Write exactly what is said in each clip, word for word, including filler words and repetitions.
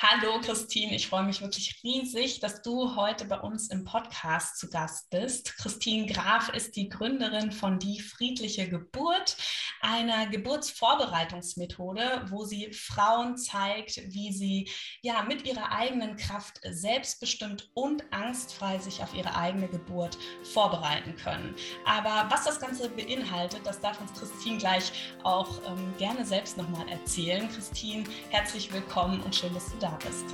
Hallo Christine, ich freue mich wirklich riesig, dass du heute bei uns im Podcast zu Gast bist. Christine Graf ist die Gründerin von Die friedliche Geburt, einer Geburtsvorbereitungsmethode, wo sie Frauen zeigt, wie sie ja mit ihrer eigenen Kraft selbstbestimmt und angstfrei sich auf ihre eigene Geburt vorbereiten können. Aber was das Ganze beinhaltet, das darf uns Christine gleich auch ähm, gerne selbst nochmal erzählen. Christine, herzlich willkommen und schön, dass du da bist.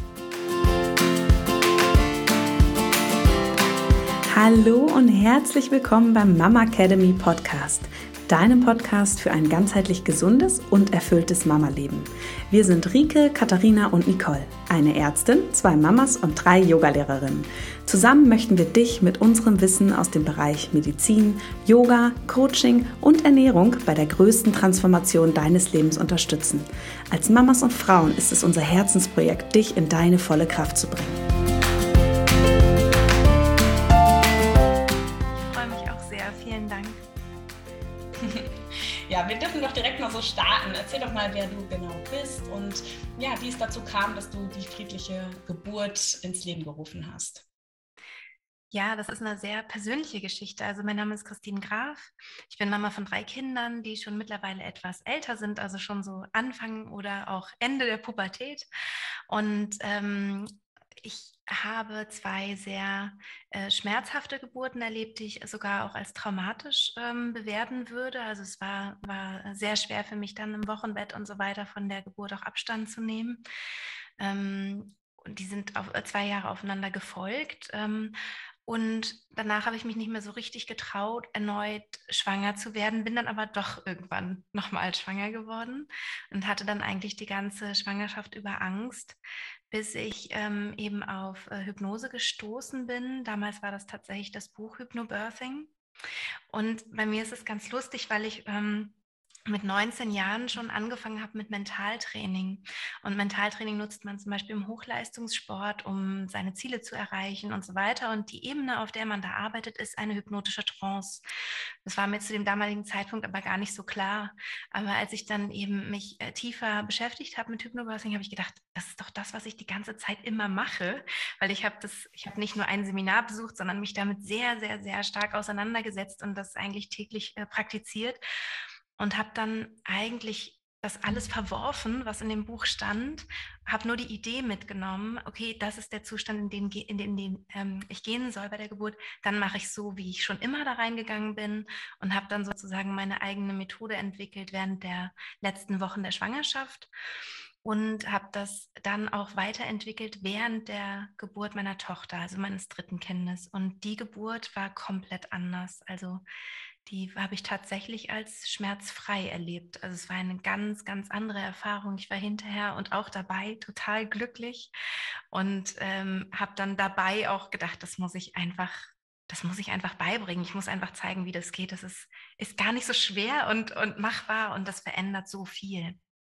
Hallo und herzlich willkommen beim Mama Academy Podcast, deinem Podcast für ein ganzheitlich gesundes und erfülltes Mama-Leben. Wir sind Rike, Katharina und Nicole, eine Ärztin, zwei Mamas und drei Yogalehrerinnen. Zusammen möchten wir dich mit unserem Wissen aus dem Bereich Medizin, Yoga, Coaching und Ernährung bei der größten Transformation deines Lebens unterstützen. Als Mamas und Frauen ist es unser Herzensprojekt, dich in deine volle Kraft zu bringen. Ich freue mich auch sehr. Vielen Dank. Ja, wir dürfen doch direkt mal so starten. Erzähl doch mal, wer du genau bist und ja, wie es dazu kam, dass du die friedliche Geburt ins Leben gerufen hast. Ja, das ist eine sehr persönliche Geschichte. Also mein Name ist Christine Graf. Ich bin Mama von drei Kindern, die schon mittlerweile etwas älter sind, also schon so Anfang oder auch Ende der Pubertät. Und ähm, ich habe zwei sehr äh, schmerzhafte Geburten erlebt, die ich sogar auch als traumatisch ähm, bewerten würde. Also es war, war sehr schwer für mich dann im Wochenbett und so weiter von der Geburt auch Abstand zu nehmen. Ähm, und die sind auf, äh, zwei Jahre aufeinander gefolgt. Ähm, Und danach habe ich mich nicht mehr so richtig getraut, erneut schwanger zu werden, bin dann aber doch irgendwann nochmal schwanger geworden und hatte dann eigentlich die ganze Schwangerschaft über Angst, bis ich ähm, eben auf äh, Hypnose gestoßen bin. Damals war das tatsächlich das Buch Hypnobirthing. Und bei mir ist es ganz lustig, weil ich ähm, mit neunzehn Jahren schon angefangen habe mit Mentaltraining. Und Mentaltraining nutzt man zum Beispiel im Hochleistungssport, um seine Ziele zu erreichen und so weiter. Und die Ebene, auf der man da arbeitet, ist eine hypnotische Trance. Das war mir zu dem damaligen Zeitpunkt aber gar nicht so klar. Aber als ich dann eben mich äh, tiefer beschäftigt habe mit Hypnobirthing, habe ich gedacht, das ist doch das, was ich die ganze Zeit immer mache. Weil ich habe das, ich habe nicht nur ein Seminar besucht, sondern mich damit sehr, sehr, sehr stark auseinandergesetzt und das eigentlich täglich äh, praktiziert. Und habe dann eigentlich das alles verworfen, was in dem Buch stand, habe nur die Idee mitgenommen, okay, das ist der Zustand, in den, in den, in den ähm, ich gehen soll bei der Geburt, dann mache ich so, wie ich schon immer da reingegangen bin und habe dann sozusagen meine eigene Methode entwickelt während der letzten Wochen der Schwangerschaft und habe das dann auch weiterentwickelt während der Geburt meiner Tochter, also meines dritten Kindes. Und die Geburt war komplett anders. Also die habe ich tatsächlich als schmerzfrei erlebt. Also es war eine ganz, ganz andere Erfahrung. Ich war hinterher und auch dabei total glücklich und ähm, habe dann dabei auch gedacht, das muss ich einfach, das muss ich einfach beibringen. Ich muss einfach zeigen, wie das geht. Das ist, ist gar nicht so schwer und, und machbar und das verändert so viel.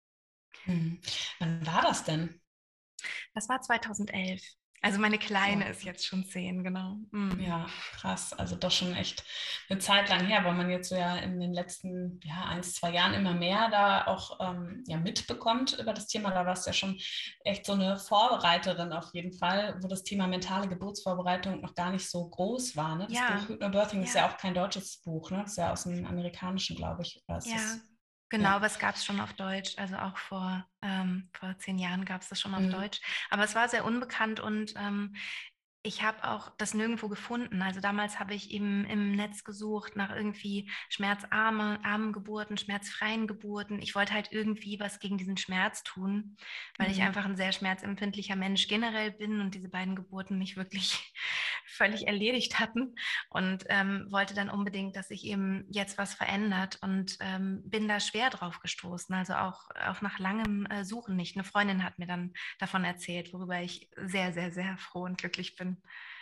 Hm. Wann war das denn? Das war zweitausendelf. Also meine Kleine Wow. ist jetzt schon zehn, genau. Mhm. Ja, krass. Also doch schon echt eine Zeit lang her, weil man jetzt so ja in den letzten ja, ein, zwei Jahren immer mehr da auch ähm, ja, mitbekommt über das Thema. Da warst du ja schon echt so eine Vorbereiterin auf jeden Fall, wo das Thema mentale Geburtsvorbereitung noch gar nicht so groß war. Ne? Das Buch Ja, Hypnobirthing ist ja ja, auch kein deutsches Buch, ne? Das ist ja aus dem Amerikanischen, glaube ich. Oder ist ja. das, Genau, ja. aber es gab es schon auf Deutsch. Also auch vor, ähm, vor zehn Jahren gab es das schon auf Mhm. Deutsch. Aber es war sehr unbekannt und ähm, ich habe auch das nirgendwo gefunden. Also damals habe ich eben im Netz gesucht nach irgendwie schmerzarme, armen Geburten, schmerzfreien Geburten. Ich wollte halt irgendwie was gegen diesen Schmerz tun, weil ich Mhm. einfach ein sehr schmerzempfindlicher Mensch generell bin und diese beiden Geburten mich wirklich völlig erledigt hatten und ähm, wollte dann unbedingt, dass sich eben jetzt was verändert und ähm, bin da schwer drauf gestoßen. Also auch, auch nach langem äh, Suchen nicht. Eine Freundin hat mir dann davon erzählt, worüber ich sehr, sehr, sehr froh und glücklich bin.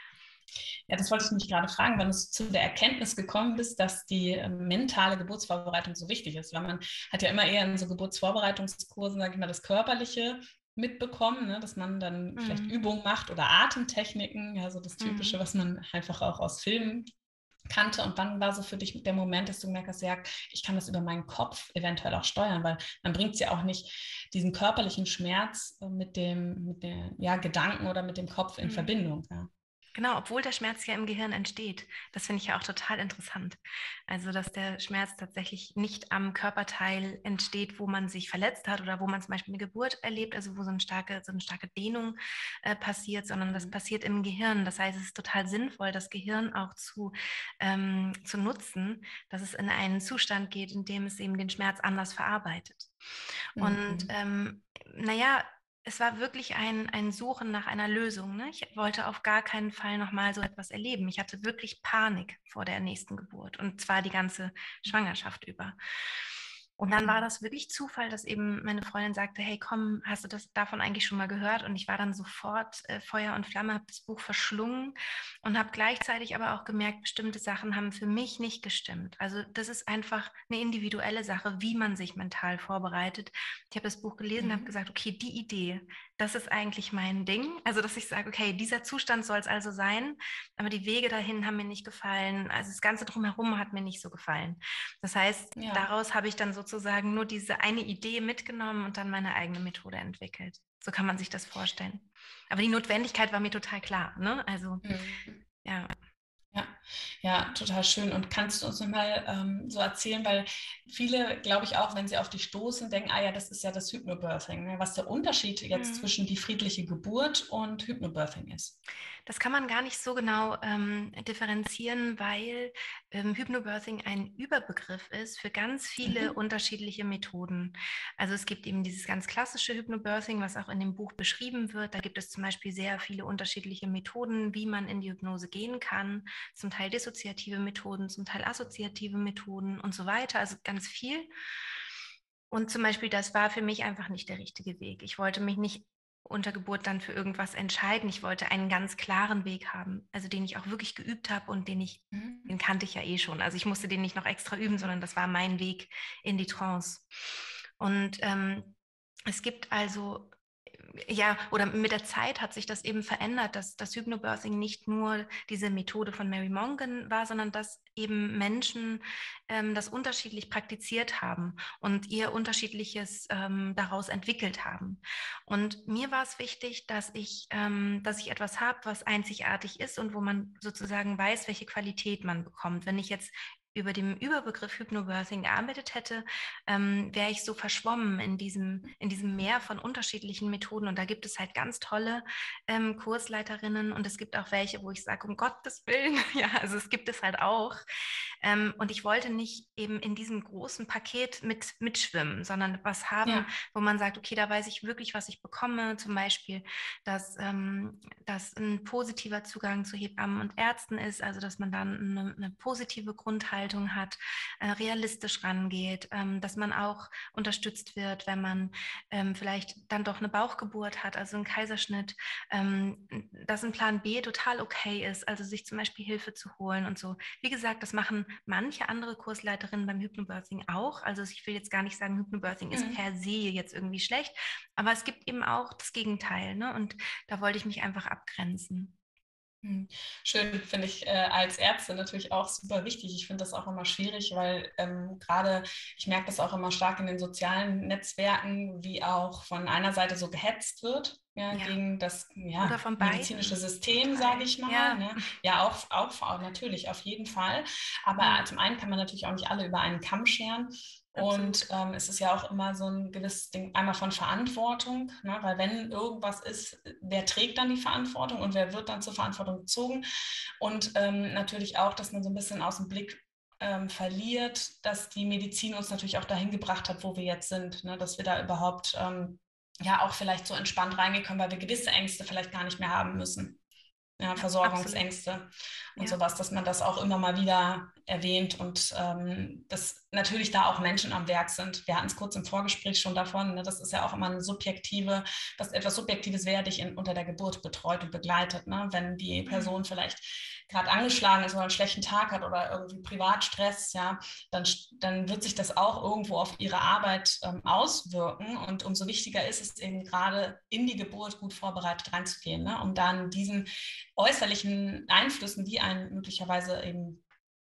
Ja, das wollte ich mich gerade fragen, wenn du zu der Erkenntnis gekommen bist, dass die äh, mentale Geburtsvorbereitung so wichtig ist, weil man hat ja immer eher in so Geburtsvorbereitungskursen, sage ich mal, das Körperliche mitbekommen, ne, dass man dann vielleicht Mhm. Übungen macht oder Atemtechniken, ja, so das Typische, Mhm. was man einfach auch aus Filmen kannte und wann war so für dich der Moment, dass du gemerkt hast, ja, ich kann das über meinen Kopf eventuell auch steuern, weil man bringt es ja auch nicht diesen körperlichen Schmerz mit dem, mit den ja, Gedanken oder mit dem Kopf in Mhm. Verbindung. Ja. Genau, obwohl der Schmerz ja im Gehirn entsteht. Das finde ich ja auch total interessant. Also, dass der Schmerz tatsächlich nicht am Körperteil entsteht, wo man sich verletzt hat oder wo man zum Beispiel eine Geburt erlebt, also wo so eine starke, so eine starke Dehnung äh, passiert, sondern das Mhm. passiert im Gehirn. Das heißt, es ist total sinnvoll, das Gehirn auch zu, ähm, zu nutzen, dass es in einen Zustand geht, in dem es eben den Schmerz anders verarbeitet. Und Mhm. ähm, naja, es war wirklich ein, ein Suchen nach einer Lösung. Ne? Ich wollte auf gar keinen Fall nochmal so etwas erleben. Ich hatte wirklich Panik vor der nächsten Geburt und zwar die ganze Schwangerschaft über. Und dann war das wirklich Zufall, dass eben meine Freundin sagte, hey komm, hast du das davon eigentlich schon mal gehört? Und ich war dann sofort äh, Feuer und Flamme, habe das Buch verschlungen und habe gleichzeitig aber auch gemerkt, bestimmte Sachen haben für mich nicht gestimmt. Also das ist einfach eine individuelle Sache, wie man sich mental vorbereitet. Ich habe das Buch gelesen, Mhm. habe gesagt, okay, die Idee, das ist eigentlich mein Ding. Also dass ich sage, okay, dieser Zustand soll es also sein, aber die Wege dahin haben mir nicht gefallen. Also das Ganze drumherum hat mir nicht so gefallen. Das heißt, Ja. daraus habe ich dann sozusagen nur diese eine Idee mitgenommen und dann meine eigene Methode entwickelt. So kann man sich das vorstellen. Aber die Notwendigkeit war mir total klar. Ne? Also, Mhm. ja. Ja, ja, total schön. Und kannst du uns nochmal ähm, so erzählen, weil viele, glaube ich, auch, wenn sie auf dich stoßen, denken, ah ja, das ist ja das Hypnobirthing, ne? Was der Unterschied jetzt Mhm. zwischen die friedliche Geburt und Hypnobirthing ist. Das kann man gar nicht so genau ähm, differenzieren, weil ähm, Hypnobirthing ein Überbegriff ist für ganz viele Mhm. unterschiedliche Methoden. Also es gibt eben dieses ganz klassische Hypnobirthing, was auch in dem Buch beschrieben wird. Da gibt es zum Beispiel sehr viele unterschiedliche Methoden, wie man in die Hypnose gehen kann. Zum Teil dissoziative Methoden, zum Teil assoziative Methoden und so weiter. Also ganz viel. Und zum Beispiel, das war für mich einfach nicht der richtige Weg. Ich wollte mich nicht unter Geburt dann für irgendwas entscheiden. Ich wollte einen ganz klaren Weg haben, also den ich auch wirklich geübt habe und den ich, Mhm. den kannte ich ja eh schon. Also ich musste den nicht noch extra üben, sondern das war mein Weg in die Trance. Und ähm, es gibt also ja, oder mit der Zeit hat sich das eben verändert, dass das Hypnobirthing nicht nur diese Methode von Mary Mongan war, sondern dass eben Menschen ähm, das unterschiedlich praktiziert haben und ihr unterschiedliches ähm, daraus entwickelt haben. Und mir war es wichtig, dass ich, ähm, dass ich etwas habe, was einzigartig ist und wo man sozusagen weiß, welche Qualität man bekommt. Wenn ich jetzt über dem Überbegriff Hypnobirthing gearbeitet hätte, ähm, wäre ich so verschwommen in diesem, in diesem Meer von unterschiedlichen Methoden. Und da gibt es halt ganz tolle ähm, Kursleiterinnen und es gibt auch welche, wo ich sage, um Gottes Willen, ja, also es gibt es halt auch. Ähm, und ich wollte nicht eben in diesem großen Paket mit, mitschwimmen, sondern was haben, Ja. wo man sagt, okay, da weiß ich wirklich, was ich bekomme. Zum Beispiel, dass, ähm, dass ein positiver Zugang zu Hebammen und Ärzten ist, also dass man dann eine, eine positive Grundhaltung hat, äh, realistisch rangeht, ähm, dass man auch unterstützt wird, wenn man ähm, vielleicht dann doch eine Bauchgeburt hat, also einen Kaiserschnitt, ähm, dass ein Plan B total okay ist, also sich zum Beispiel Hilfe zu holen und so. Wie gesagt, das machen manche andere Kursleiterinnen beim Hypnobirthing auch. Also ich will jetzt gar nicht sagen, Hypnobirthing ist Mhm. per se jetzt irgendwie schlecht, aber es gibt eben auch das Gegenteil, ne? Und da wollte ich mich einfach abgrenzen. Hm. Schön, finde ich äh, als Ärzte natürlich auch super wichtig. Ich finde das auch immer schwierig, weil ähm, gerade, ich merke das auch immer stark in den sozialen Netzwerken, wie auch von einer Seite so gehetzt wird, ja, Ja. gegen das Oder ja, von medizinische beiden zum System, sage Teil. ich mal. Ja, Ne? Ja, auch, auch, auch natürlich, auf jeden Fall. Aber ja, zum einen kann man natürlich auch nicht alle über einen Kamm scheren. Und absolut. ähm, es ist ja auch immer so ein gewisses Ding, einmal von Verantwortung, ne? Weil wenn irgendwas ist, wer trägt dann die Verantwortung und wer wird dann zur Verantwortung gezogen? Und ähm, natürlich auch, dass man so ein bisschen aus dem Blick ähm, verliert, dass die Medizin uns natürlich auch dahin gebracht hat, wo wir jetzt sind, ne? Dass wir da überhaupt ähm, ja auch vielleicht so entspannt reingehen können, weil wir gewisse Ängste vielleicht gar nicht mehr haben müssen. Ja, Ja, absolut. Versorgungsängste und Ja. sowas, dass man das auch immer mal wieder erwähnt und ähm, dass natürlich da auch Menschen am Werk sind. Wir hatten es kurz im Vorgespräch schon davon, ne? Das ist ja auch immer eine subjektive, was etwas Subjektives, wer dich in, unter der Geburt betreut und begleitet. Ne? Wenn die Mhm. Person vielleicht gerade angeschlagen ist oder einen schlechten Tag hat oder irgendwie Privatstress, ja, dann, dann wird sich das auch irgendwo auf ihre Arbeit ähm, auswirken. Und umso wichtiger ist es eben gerade in die Geburt gut vorbereitet reinzugehen, ne? Um dann diesen äußerlichen Einflüssen, die einen möglicherweise eben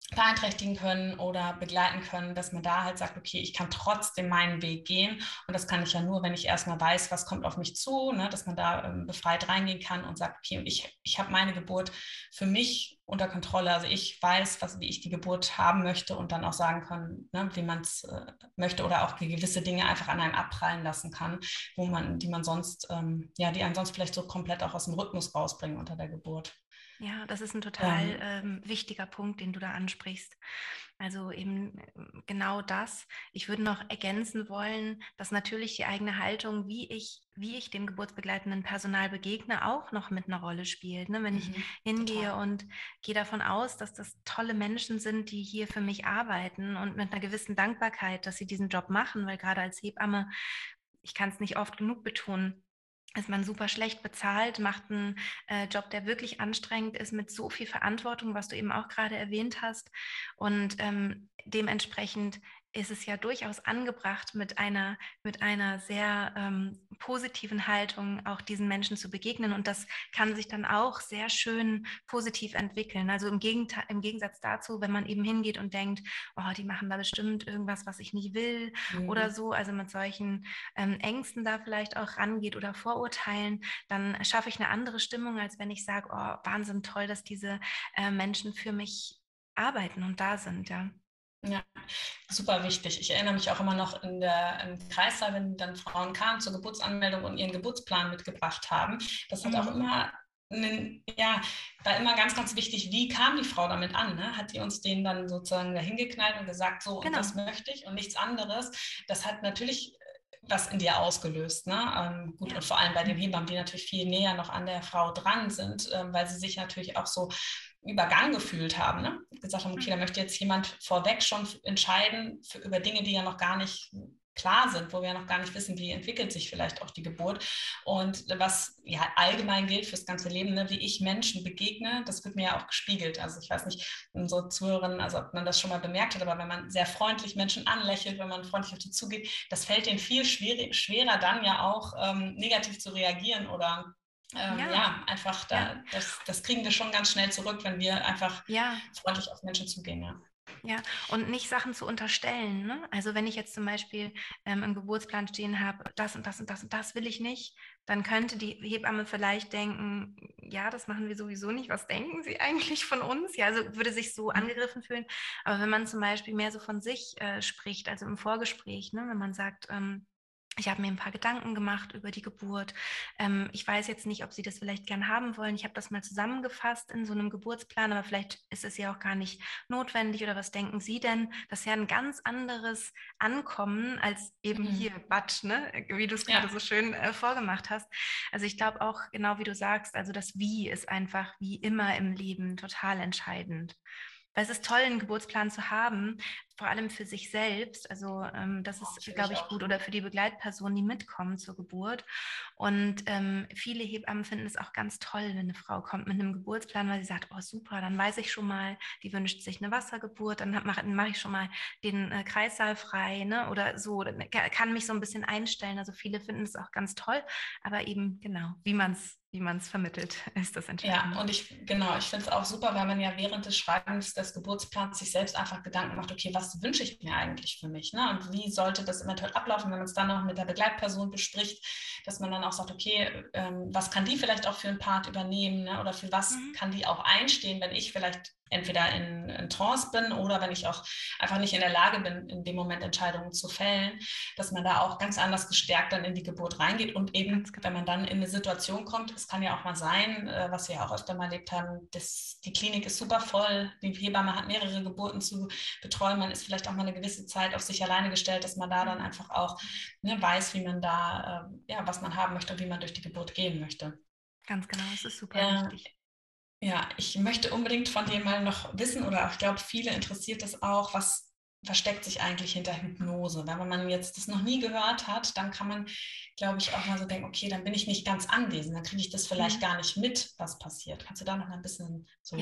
beeinträchtigen können oder begleiten können, dass man da halt sagt, okay, ich kann trotzdem meinen Weg gehen und das kann ich ja nur, wenn ich erstmal weiß, was kommt auf mich zu, ne, dass man da ähm, befreit reingehen kann und sagt, okay, ich, ich habe meine Geburt für mich unter Kontrolle, also ich weiß, was, wie ich die Geburt haben möchte und dann auch sagen kann, ne, wie man es äh, möchte oder auch gewisse Dinge einfach an einem abprallen lassen kann, wo man, die man sonst, ähm, ja, die einen sonst vielleicht so komplett auch aus dem Rhythmus rausbringen unter der Geburt. Ja, das ist ein total Ähm, ähm, wichtiger Punkt, den du da ansprichst. Also eben ähm, genau das. Ich würde noch ergänzen wollen, dass natürlich die eigene Haltung, wie ich, wie ich dem geburtsbegleitenden Personal begegne, auch noch mit einer Rolle spielt. Ne? Wenn ich mhm, hingehe total. und gehe davon aus, dass das tolle Menschen sind, die hier für mich arbeiten und mit einer gewissen Dankbarkeit, dass sie diesen Job machen, weil gerade als Hebamme, ich kann es nicht oft genug betonen, ist man super schlecht bezahlt, macht einen äh, Job, der wirklich anstrengend ist, mit so viel Verantwortung, was du eben auch gerade erwähnt hast. Und ähm, dementsprechend ist es ja durchaus angebracht, mit einer, mit einer sehr ähm, positiven Haltung auch diesen Menschen zu begegnen. Und das kann sich dann auch sehr schön positiv entwickeln. Also im Gegenteil, im Gegensatz dazu, wenn man eben hingeht und denkt, oh, die machen da bestimmt irgendwas, was ich nicht will oder Mhm. so, also mit solchen ähm, Ängsten da vielleicht auch rangeht oder Vorurteilen, dann schaffe ich eine andere Stimmung, als wenn ich sage, oh, Wahnsinn, toll, dass diese äh, Menschen für mich arbeiten und da sind, ja. Ja, super wichtig. Ich erinnere mich auch immer noch in der, im Kreissaal, wenn dann Frauen kamen zur Geburtsanmeldung und ihren Geburtsplan mitgebracht haben. Das hat auch Mhm. immer, einen, ja, war immer ganz, ganz wichtig, wie kam die Frau damit an? Ne? Hat die uns den dann sozusagen dahin geknallt und gesagt, so und das Genau. möchte ich und nichts anderes? Das hat natürlich was in dir ausgelöst. Ne? Ähm, gut, Ja. und vor allem bei den Hebammen, die natürlich viel näher noch an der Frau dran sind, ähm, weil sie sich natürlich auch so übergangen gefühlt haben. Ne? Gesagt haben, okay, da Mhm. möchte jetzt jemand vorweg schon entscheiden für, über Dinge, die ja noch gar nicht klar sind, wo wir ja noch gar nicht wissen, wie entwickelt sich vielleicht auch die Geburt. Und was ja allgemein gilt fürs ganze Leben, ne, wie ich Menschen begegne, das wird mir ja auch gespiegelt. Also ich weiß nicht, unsere Zuhörerinnen, also ob man das schon mal bemerkt hat, aber wenn man sehr freundlich Menschen anlächelt, wenn man freundlich auf die zugeht, das fällt denen viel schwer, schwerer dann ja auch ähm, negativ zu reagieren oder ähm, Ja, ja, einfach ja, da, das, das kriegen wir schon ganz schnell zurück, wenn wir einfach ja. freundlich auf Menschen zugehen. Ja. Ja, und nicht Sachen zu unterstellen. Ne? Also wenn ich jetzt zum Beispiel ähm, im Geburtsplan stehen habe, das und das und das und das will ich nicht, dann könnte die Hebamme vielleicht denken, ja, das machen wir sowieso nicht. Was denken Sie eigentlich von uns? Ja, also würde sich so angegriffen fühlen. Aber wenn man zum Beispiel mehr so von sich äh, spricht, also im Vorgespräch, ne, wenn man sagt, ähm, ich habe mir ein paar Gedanken gemacht über die Geburt. Ähm, ich weiß jetzt nicht, ob Sie das vielleicht gern haben wollen. Ich habe das mal zusammengefasst in so einem Geburtsplan, aber vielleicht ist es ja auch gar nicht notwendig oder was denken Sie denn? Das ist ja ein ganz anderes Ankommen als eben hier Mhm. Batsch, ne? Wie du es gerade Ja. so schön äh, vorgemacht hast. Also ich glaube auch, genau wie du sagst, also das Wie ist einfach wie immer im Leben total entscheidend. Weil es ist toll, einen Geburtsplan zu haben, vor allem für sich selbst. Also ähm, das Oh, ist, finde glaube ich ich, auch. gut Ne? oder für die Begleitpersonen, die mitkommen zur Geburt. Und ähm, viele Hebammen finden es auch ganz toll, wenn eine Frau kommt mit einem Geburtsplan, weil sie sagt, oh super, dann weiß ich schon mal, die wünscht sich eine Wassergeburt, dann mache mach ich schon mal den äh, Kreissaal frei, ne? Oder so, dann kann mich so ein bisschen einstellen. Also viele finden es auch ganz toll, aber eben genau, wie man es wie man es vermittelt, ist das Ja, Entscheidende. und ich, genau, ich finde es auch super, weil man ja während des Schreibens des Geburtsplans sich selbst einfach Gedanken macht, okay, was wünsche ich mir eigentlich für mich, ne? Und wie sollte das eventuell ablaufen, wenn man es dann noch mit der Begleitperson bespricht, dass man dann auch sagt, okay, ähm, was kann die vielleicht auch für einen Part übernehmen, ne? Oder für was Mhm. kann die auch einstehen, wenn ich vielleicht entweder in, in Trance bin oder wenn ich auch einfach nicht in der Lage bin, in dem Moment Entscheidungen zu fällen, dass man da auch ganz anders gestärkt dann in die Geburt reingeht und Ganz eben, wenn genau. man dann in eine Situation kommt, es kann ja auch mal sein, äh, was wir ja auch öfter mal erlebt haben, das, die Klinik ist super voll, die Hebamme hat mehrere Geburten zu betreuen, man ist vielleicht auch mal eine gewisse Zeit auf sich alleine gestellt, dass man da dann Mhm. einfach auch ne, weiß, wie man da, äh, ja, was man haben möchte und wie man durch die Geburt gehen möchte. Ganz genau, es ist super Äh, wichtig. ja, ich möchte unbedingt von dir mal noch wissen, oder ich glaube, viele interessiert das auch, was versteckt sich eigentlich hinter Hypnose? Wenn man jetzt das noch nie gehört hat, dann kann man, glaube ich, auch mal so denken, okay, dann bin ich nicht ganz anwesend, dann kriege ich das vielleicht Mhm. gar nicht mit, was passiert. Kannst du da noch mal ein bisschen so Ja,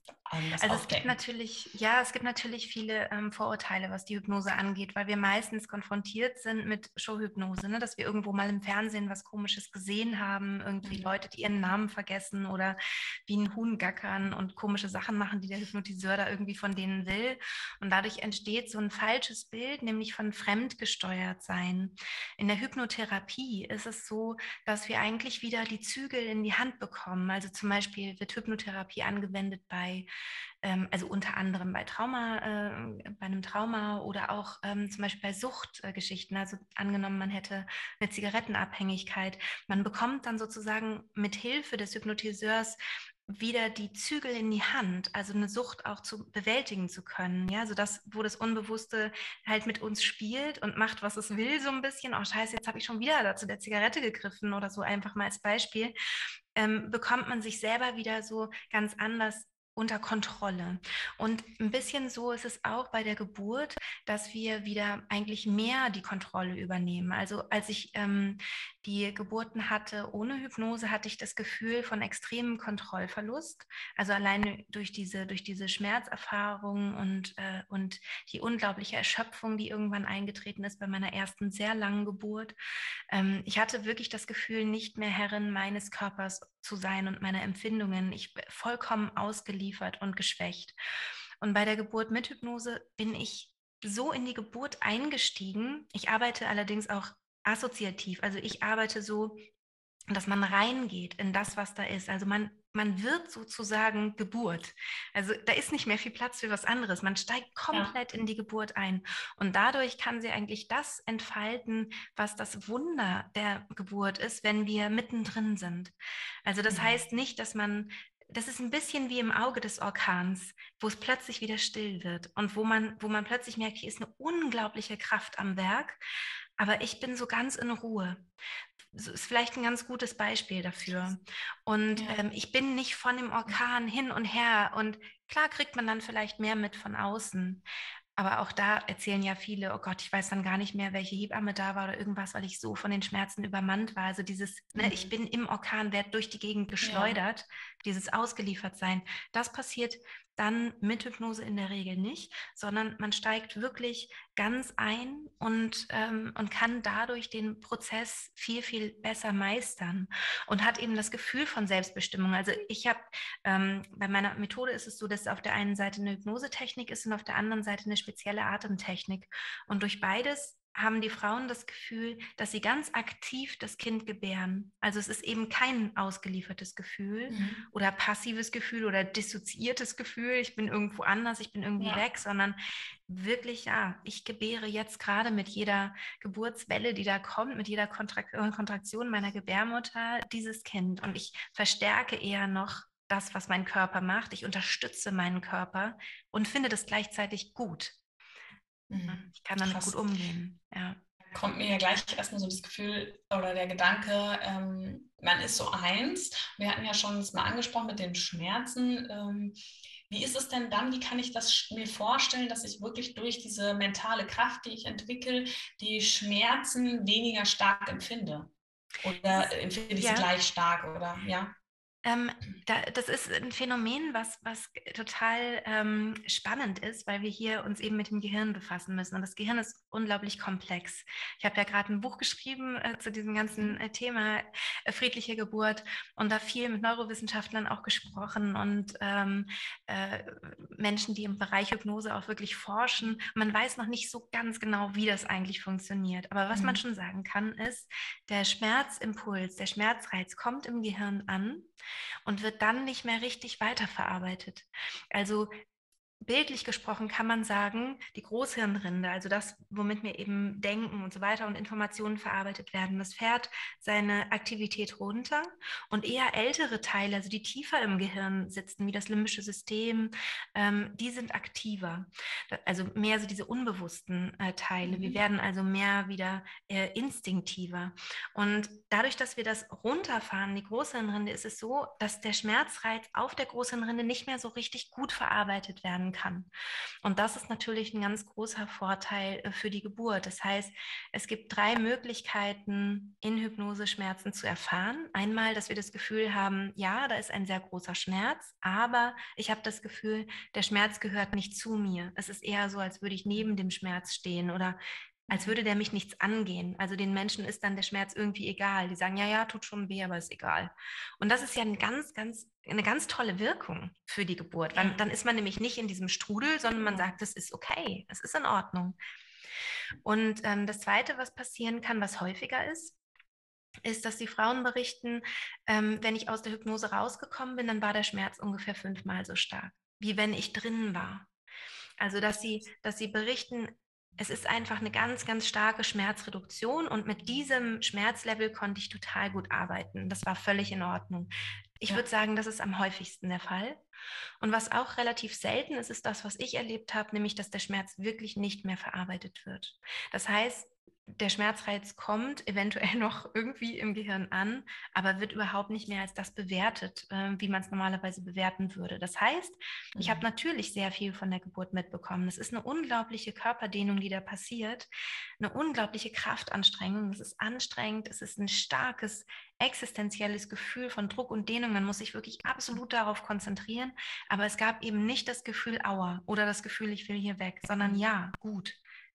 allem das Also es gibt aufdecken. natürlich, ja, es gibt natürlich viele ähm, Vorurteile, was die Hypnose angeht, weil wir meistens konfrontiert sind mit Showhypnose, ne? Dass wir irgendwo mal im Fernsehen was Komisches gesehen haben, irgendwie Mhm. Leute, die ihren Namen vergessen oder wie ein Huhn gackern und komische Sachen machen, die der Hypnotiseur da irgendwie von denen will. Und dadurch entsteht so ein falsches Bild, nämlich von fremdgesteuert sein. In der Hypnotherapie ist es so, dass wir eigentlich wieder die Zügel in die Hand bekommen. Also zum Beispiel wird Hypnotherapie angewendet bei ähm, also unter anderem bei Trauma, äh, bei einem Trauma oder auch ähm, zum Beispiel bei Suchtgeschichten. Also angenommen, man hätte eine Zigarettenabhängigkeit. Man bekommt dann sozusagen mit Hilfe des Hypnotiseurs wieder die Zügel in die Hand, also eine Sucht auch zu bewältigen zu können, ja, so das, wo das Unbewusste halt mit uns spielt und macht, was es will, so ein bisschen. Oh Scheiße, jetzt habe ich schon wieder dazu der Zigarette gegriffen oder so, einfach mal als Beispiel, ähm, bekommt man sich selber wieder so ganz anders unter Kontrolle. Und ein bisschen so ist es auch bei der Geburt, dass wir wieder eigentlich mehr die Kontrolle übernehmen. Also als ich ähm, die Geburten hatte ohne Hypnose, hatte ich das Gefühl von extremem Kontrollverlust. Also alleine durch diese, durch diese Schmerzerfahrung und, äh, und die unglaubliche Erschöpfung, die irgendwann eingetreten ist bei meiner ersten sehr langen Geburt. Ähm, ich hatte wirklich das Gefühl, nicht mehr Herrin meines Körpers zu sein und meiner Empfindungen. Ich bin vollkommen ausgeliefert und geschwächt. Und bei der Geburt mit Hypnose bin ich so in die Geburt eingestiegen. Ich arbeite allerdings auch assoziativ. Also ich arbeite so, dass man reingeht in das, was da ist. Also man, man wird sozusagen Geburt. Also da ist nicht mehr viel Platz für was anderes. Man steigt komplett Ja. in die Geburt ein. Und dadurch kann sie eigentlich das entfalten, was das Wunder der Geburt ist, wenn wir mittendrin sind. Also das Mhm. heißt nicht, dass man, das ist ein bisschen wie im Auge des Orkans, wo es plötzlich wieder still wird und wo man, wo man plötzlich merkt, hier ist eine unglaubliche Kraft am Werk, aber ich bin so ganz in Ruhe. So ist vielleicht ein ganz gutes Beispiel dafür. Und Ja. ähm, ich bin nicht von dem Orkan hin und her. Und klar kriegt man dann vielleicht mehr mit von außen. Aber auch da erzählen ja viele, oh Gott, ich weiß dann gar nicht mehr, welche Hebamme da war oder irgendwas, weil ich so von den Schmerzen übermannt war. Also dieses, ne, ich Mhm. bin im Orkan, werde durch die Gegend Ja. geschleudert, dieses Ausgeliefertsein, das passiert dann mit Hypnose in der Regel nicht, sondern man steigt wirklich ganz ein und, ähm, und kann dadurch den Prozess viel, viel besser meistern und hat eben das Gefühl von Selbstbestimmung. Also ich habe, ähm, bei meiner Methode ist es so, dass auf der einen Seite eine Hypnosetechnik ist und auf der anderen Seite eine spezielle Atemtechnik. Und durch beides haben die Frauen das Gefühl, dass sie ganz aktiv das Kind gebären. Also es ist eben kein ausgeliefertes Gefühl Mhm. oder passives Gefühl oder dissoziiertes Gefühl, ich bin irgendwo anders, ich bin irgendwie Ja. weg, sondern wirklich, ja, ich gebäre jetzt gerade mit jeder Geburtswelle, die da kommt, mit jeder Kontrakt Kontraktion meiner Gebärmutter dieses Kind. Und ich verstärke eher noch das, was mein Körper macht. Ich unterstütze meinen Körper und finde das gleichzeitig gut. Mhm. Ich kann damit gut Krass. umgehen. Ja. Kommt mir ja gleich erstmal so das Gefühl oder der Gedanke, ähm, man ist so eins. Wir hatten ja schon das mal angesprochen mit den Schmerzen. Ähm, wie ist es denn dann? Wie kann ich das mir vorstellen, dass ich wirklich durch diese mentale Kraft, die ich entwickle, die Schmerzen weniger stark empfinde? Es Oder ist, empfinde ich sie ja, gleich stark? Oder ja? Ähm, da, das ist ein Phänomen, was, was total ähm, spannend ist, weil wir hier uns eben mit dem Gehirn befassen müssen. Und das Gehirn ist unglaublich komplex. Ich habe ja gerade ein Buch geschrieben äh, zu diesem ganzen äh, Thema äh, friedliche Geburt und da viel mit Neurowissenschaftlern auch gesprochen und ähm, äh, Menschen, die im Bereich Hypnose auch wirklich forschen. Man weiß noch nicht so ganz genau, wie das eigentlich funktioniert. Aber was man Mhm. schon sagen kann, ist, der Schmerzimpuls, der Schmerzreiz kommt im Gehirn an und wird dann nicht mehr richtig weiterverarbeitet. Also bildlich gesprochen kann man sagen, die Großhirnrinde, also das, womit wir eben denken und so weiter und Informationen verarbeitet werden, das fährt seine Aktivität runter und eher ältere Teile, also die tiefer im Gehirn sitzen, wie das limbische System, ähm, die sind aktiver. Also mehr so diese unbewussten äh, Teile. Wir Mhm. werden also mehr wieder äh, instinktiver. Und dadurch, dass wir das runterfahren, die Großhirnrinde, ist es so, dass der Schmerzreiz auf der Großhirnrinde nicht mehr so richtig gut verarbeitet werden kann. Und das ist natürlich ein ganz großer Vorteil äh, für die Geburt. Das heißt, es gibt drei Möglichkeiten, in Hypnose Schmerzen zu erfahren. Einmal, dass wir das Gefühl haben, ja, da ist ein sehr großer Schmerz, aber ich habe das Gefühl, der Schmerz gehört nicht zu mir. Es ist eher so, als würde ich neben dem Schmerz stehen oder als würde der mich nichts angehen. Also den Menschen ist dann der Schmerz irgendwie egal. Die sagen, ja, ja, tut schon weh, aber ist egal. Und das ist ja eine ganz, ganz, eine ganz tolle Wirkung für die Geburt. Weil dann ist man nämlich nicht in diesem Strudel, sondern man sagt, es ist okay, es ist in Ordnung. Und ähm, das Zweite, was passieren kann, was häufiger ist, ist, dass die Frauen berichten, ähm, wenn ich aus der Hypnose rausgekommen bin, dann war der Schmerz ungefähr fünfmal so stark, wie wenn ich drinnen war. Also, dass sie, dass sie berichten, es ist einfach eine ganz, ganz starke Schmerzreduktion und mit diesem Schmerzlevel konnte ich total gut arbeiten. Das war völlig in Ordnung. Ich ja. würde sagen, das ist am häufigsten der Fall. Und was auch relativ selten ist, ist das, was ich erlebt habe, nämlich, dass der Schmerz wirklich nicht mehr verarbeitet wird. Das heißt, der Schmerzreiz kommt eventuell noch irgendwie im Gehirn an, aber wird überhaupt nicht mehr als das bewertet, äh, wie man es normalerweise bewerten würde. Das heißt, mhm. ich habe natürlich sehr viel von der Geburt mitbekommen. Es ist eine unglaubliche Körperdehnung, die da passiert, eine unglaubliche Kraftanstrengung. Es ist anstrengend, es ist ein starkes existenzielles Gefühl von Druck und Dehnung. Man muss sich wirklich absolut darauf konzentrieren, aber es gab eben nicht das Gefühl, aua, oder das Gefühl, ich will hier weg, sondern ja, gut.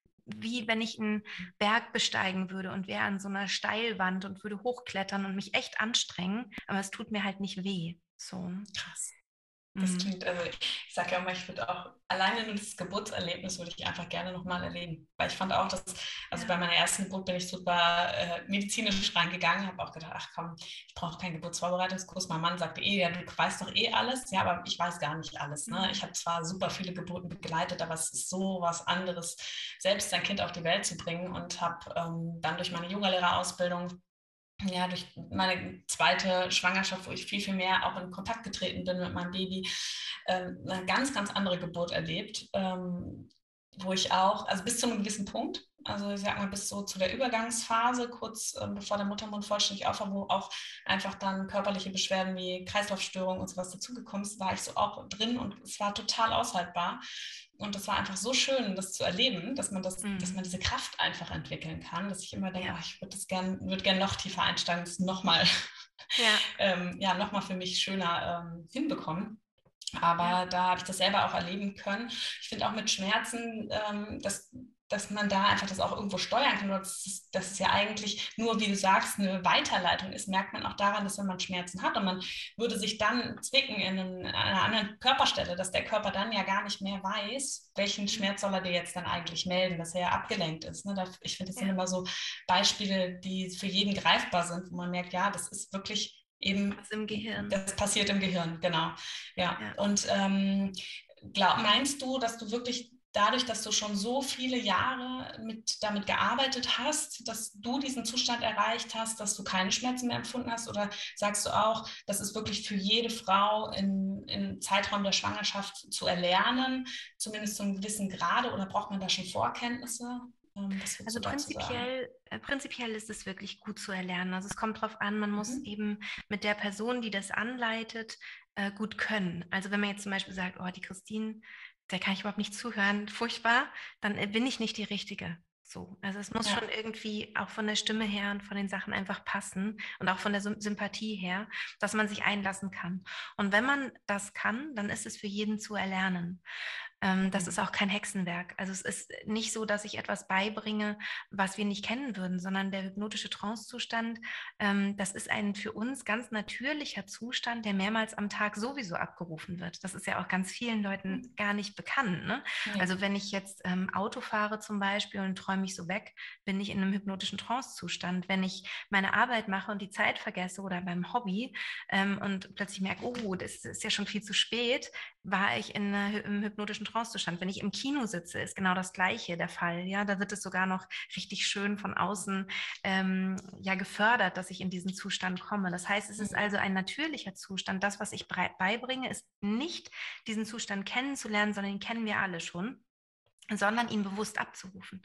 Wie wenn ich einen Berg besteigen würde und wäre an so einer Steilwand und würde hochklettern und mich echt anstrengen, aber es tut mir halt nicht weh. So. Krass. Das klingt, also ich sage ja immer, ich würde auch, alleine nur das Geburtserlebnis würde ich einfach gerne nochmal erleben. Weil ich fand auch, dass, also ja. bei meiner ersten Geburt bin ich super äh, medizinisch reingegangen, habe auch gedacht, ach komm, ich brauche keinen Geburtsvorbereitungskurs. Mein Mann sagte eh, ja, du weißt doch eh alles. Ja, aber ich weiß gar nicht alles. Ne? Ich habe zwar super viele Geburten begleitet, aber es ist so was anderes, selbst sein Kind auf die Welt zu bringen und habe ähm, dann durch meine Yogalehrerausbildung ja, durch meine zweite Schwangerschaft, wo ich viel, viel mehr auch in Kontakt getreten bin mit meinem Baby, ähm, eine ganz, ganz andere Geburt erlebt, ähm, wo ich auch, also bis zu einem gewissen Punkt, also ich sag mal bis so zu der Übergangsphase, kurz ähm, bevor der Muttermund vollständig auf war, wo auch einfach dann körperliche Beschwerden wie Kreislaufstörungen und sowas dazugekommen ist, war ich so auch drin und es war total aushaltbar. Und das war einfach so schön, das zu erleben, dass man das, mhm. dass man diese Kraft einfach entwickeln kann, dass ich immer denke, ja. oh, ich würde das gern, würde gern noch tiefer einsteigen, das nochmal, ja, ähm, ja, nochmal für mich schöner ähm, hinbekommen. Aber ja. da habe ich das selber auch erleben können. Ich finde auch mit Schmerzen, ähm, dass dass man da einfach das auch irgendwo steuern kann. Dass es, dass es ja eigentlich nur, wie du sagst, eine Weiterleitung ist, merkt man auch daran, dass wenn man Schmerzen hat und man würde sich dann zwicken in, einen, in einer anderen Körperstelle, dass der Körper dann ja gar nicht mehr weiß, welchen Schmerz soll er dir jetzt dann eigentlich melden, dass er ja abgelenkt ist. Ne? Ich finde, das ja. sind immer so Beispiele, die für jeden greifbar sind, wo man merkt, ja, das ist wirklich eben, was im Gehirn. Das passiert im Gehirn, genau. Ja. ja. Und ähm, glaub, meinst du, dass du wirklich dadurch, dass du schon so viele Jahre mit, damit gearbeitet hast, dass du diesen Zustand erreicht hast, dass du keine Schmerzen mehr empfunden hast? Oder sagst du auch, das ist wirklich für jede Frau im, im Zeitraum der Schwangerschaft zu erlernen, zumindest zu einem gewissen Grade? Oder braucht man da schon Vorkenntnisse? Also prinzipiell, äh, prinzipiell ist es wirklich gut zu erlernen. Also es kommt darauf an, man muss mhm. eben mit der Person, die das anleitet, äh, gut können. Also wenn man jetzt zum Beispiel sagt, oh, die Christine, der kann ich überhaupt nicht zuhören, furchtbar, dann äh, bin ich nicht die Richtige. So, also es muss ja. schon irgendwie auch von der Stimme her und von den Sachen einfach passen und auch von der Sympathie her, dass man sich einlassen kann. Und wenn man das kann, dann ist es für jeden zu erlernen. Ähm, das ist auch kein Hexenwerk. Also es ist nicht so, dass ich etwas beibringe, was wir nicht kennen würden, sondern der hypnotische Trancezustand, ähm, das ist ein für uns ganz natürlicher Zustand, der mehrmals am Tag sowieso abgerufen wird. Das ist ja auch ganz vielen Leuten gar nicht bekannt. Ne? Ja. Also wenn ich jetzt ähm, Auto fahre zum Beispiel und träume mich so weg, bin ich in einem hypnotischen Trancezustand. Wenn ich meine Arbeit mache und die Zeit vergesse oder beim Hobby ähm, und plötzlich merke, oh, das ist ja schon viel zu spät, war ich in einer, im hypnotischen Trancezustand. Wenn ich im Kino sitze, ist genau das Gleiche der Fall. Ja, da wird es sogar noch richtig schön von außen ähm, ja, gefördert, dass ich in diesen Zustand komme. Das heißt, es ist also ein natürlicher Zustand. Das, was ich beibringe, ist nicht diesen Zustand kennenzulernen, sondern den kennen wir alle schon, sondern ihn bewusst abzurufen.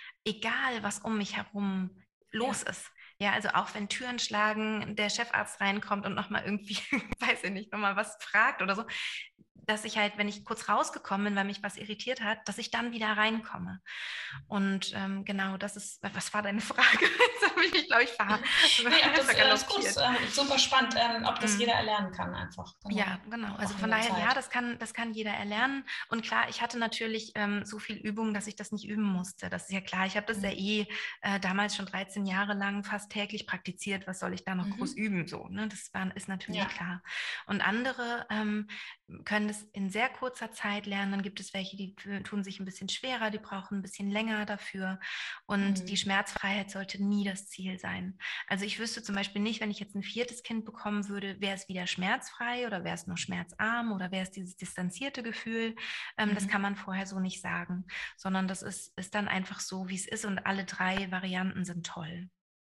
Egal, was um mich herum los ja. ist. Ja, also auch wenn Türen schlagen, der Chefarzt reinkommt und nochmal irgendwie, weiß ich nicht, nochmal was fragt oder so. dass ich halt, wenn ich kurz rausgekommen bin, weil mich was irritiert hat, dass ich dann wieder reinkomme. Und ähm, genau, das ist, was war deine Frage? Jetzt habe ich mich, glaube ich, ver nee, ob das, äh, das ist gut, äh, super spannend, ähm, ob das mm. jeder erlernen kann einfach. Genau. Ja, genau. Also von daher, Zeit. ja, das kann, das kann jeder erlernen. Und klar, ich hatte natürlich ähm, so viel Übung, dass ich das nicht üben musste. Das ist ja klar. Ich habe das mhm. ja eh äh, damals schon dreizehn Jahre lang fast täglich praktiziert. Was soll ich da noch mhm. groß üben? So, ne? Das war, ist natürlich ja. klar. Und andere ähm, können das in sehr kurzer Zeit lernen. Dann gibt es welche, die tun sich ein bisschen schwerer, die brauchen ein bisschen länger dafür. Und mhm. die Schmerzfreiheit sollte nie das Ziel sein. Also ich wüsste zum Beispiel nicht, wenn ich jetzt ein viertes Kind bekommen würde, wäre es wieder schmerzfrei oder wäre es nur schmerzarm oder wäre es dieses distanzierte Gefühl. Ähm, mhm. Das kann man vorher so nicht sagen, sondern das ist, ist dann einfach so, wie es ist und alle drei Varianten sind toll.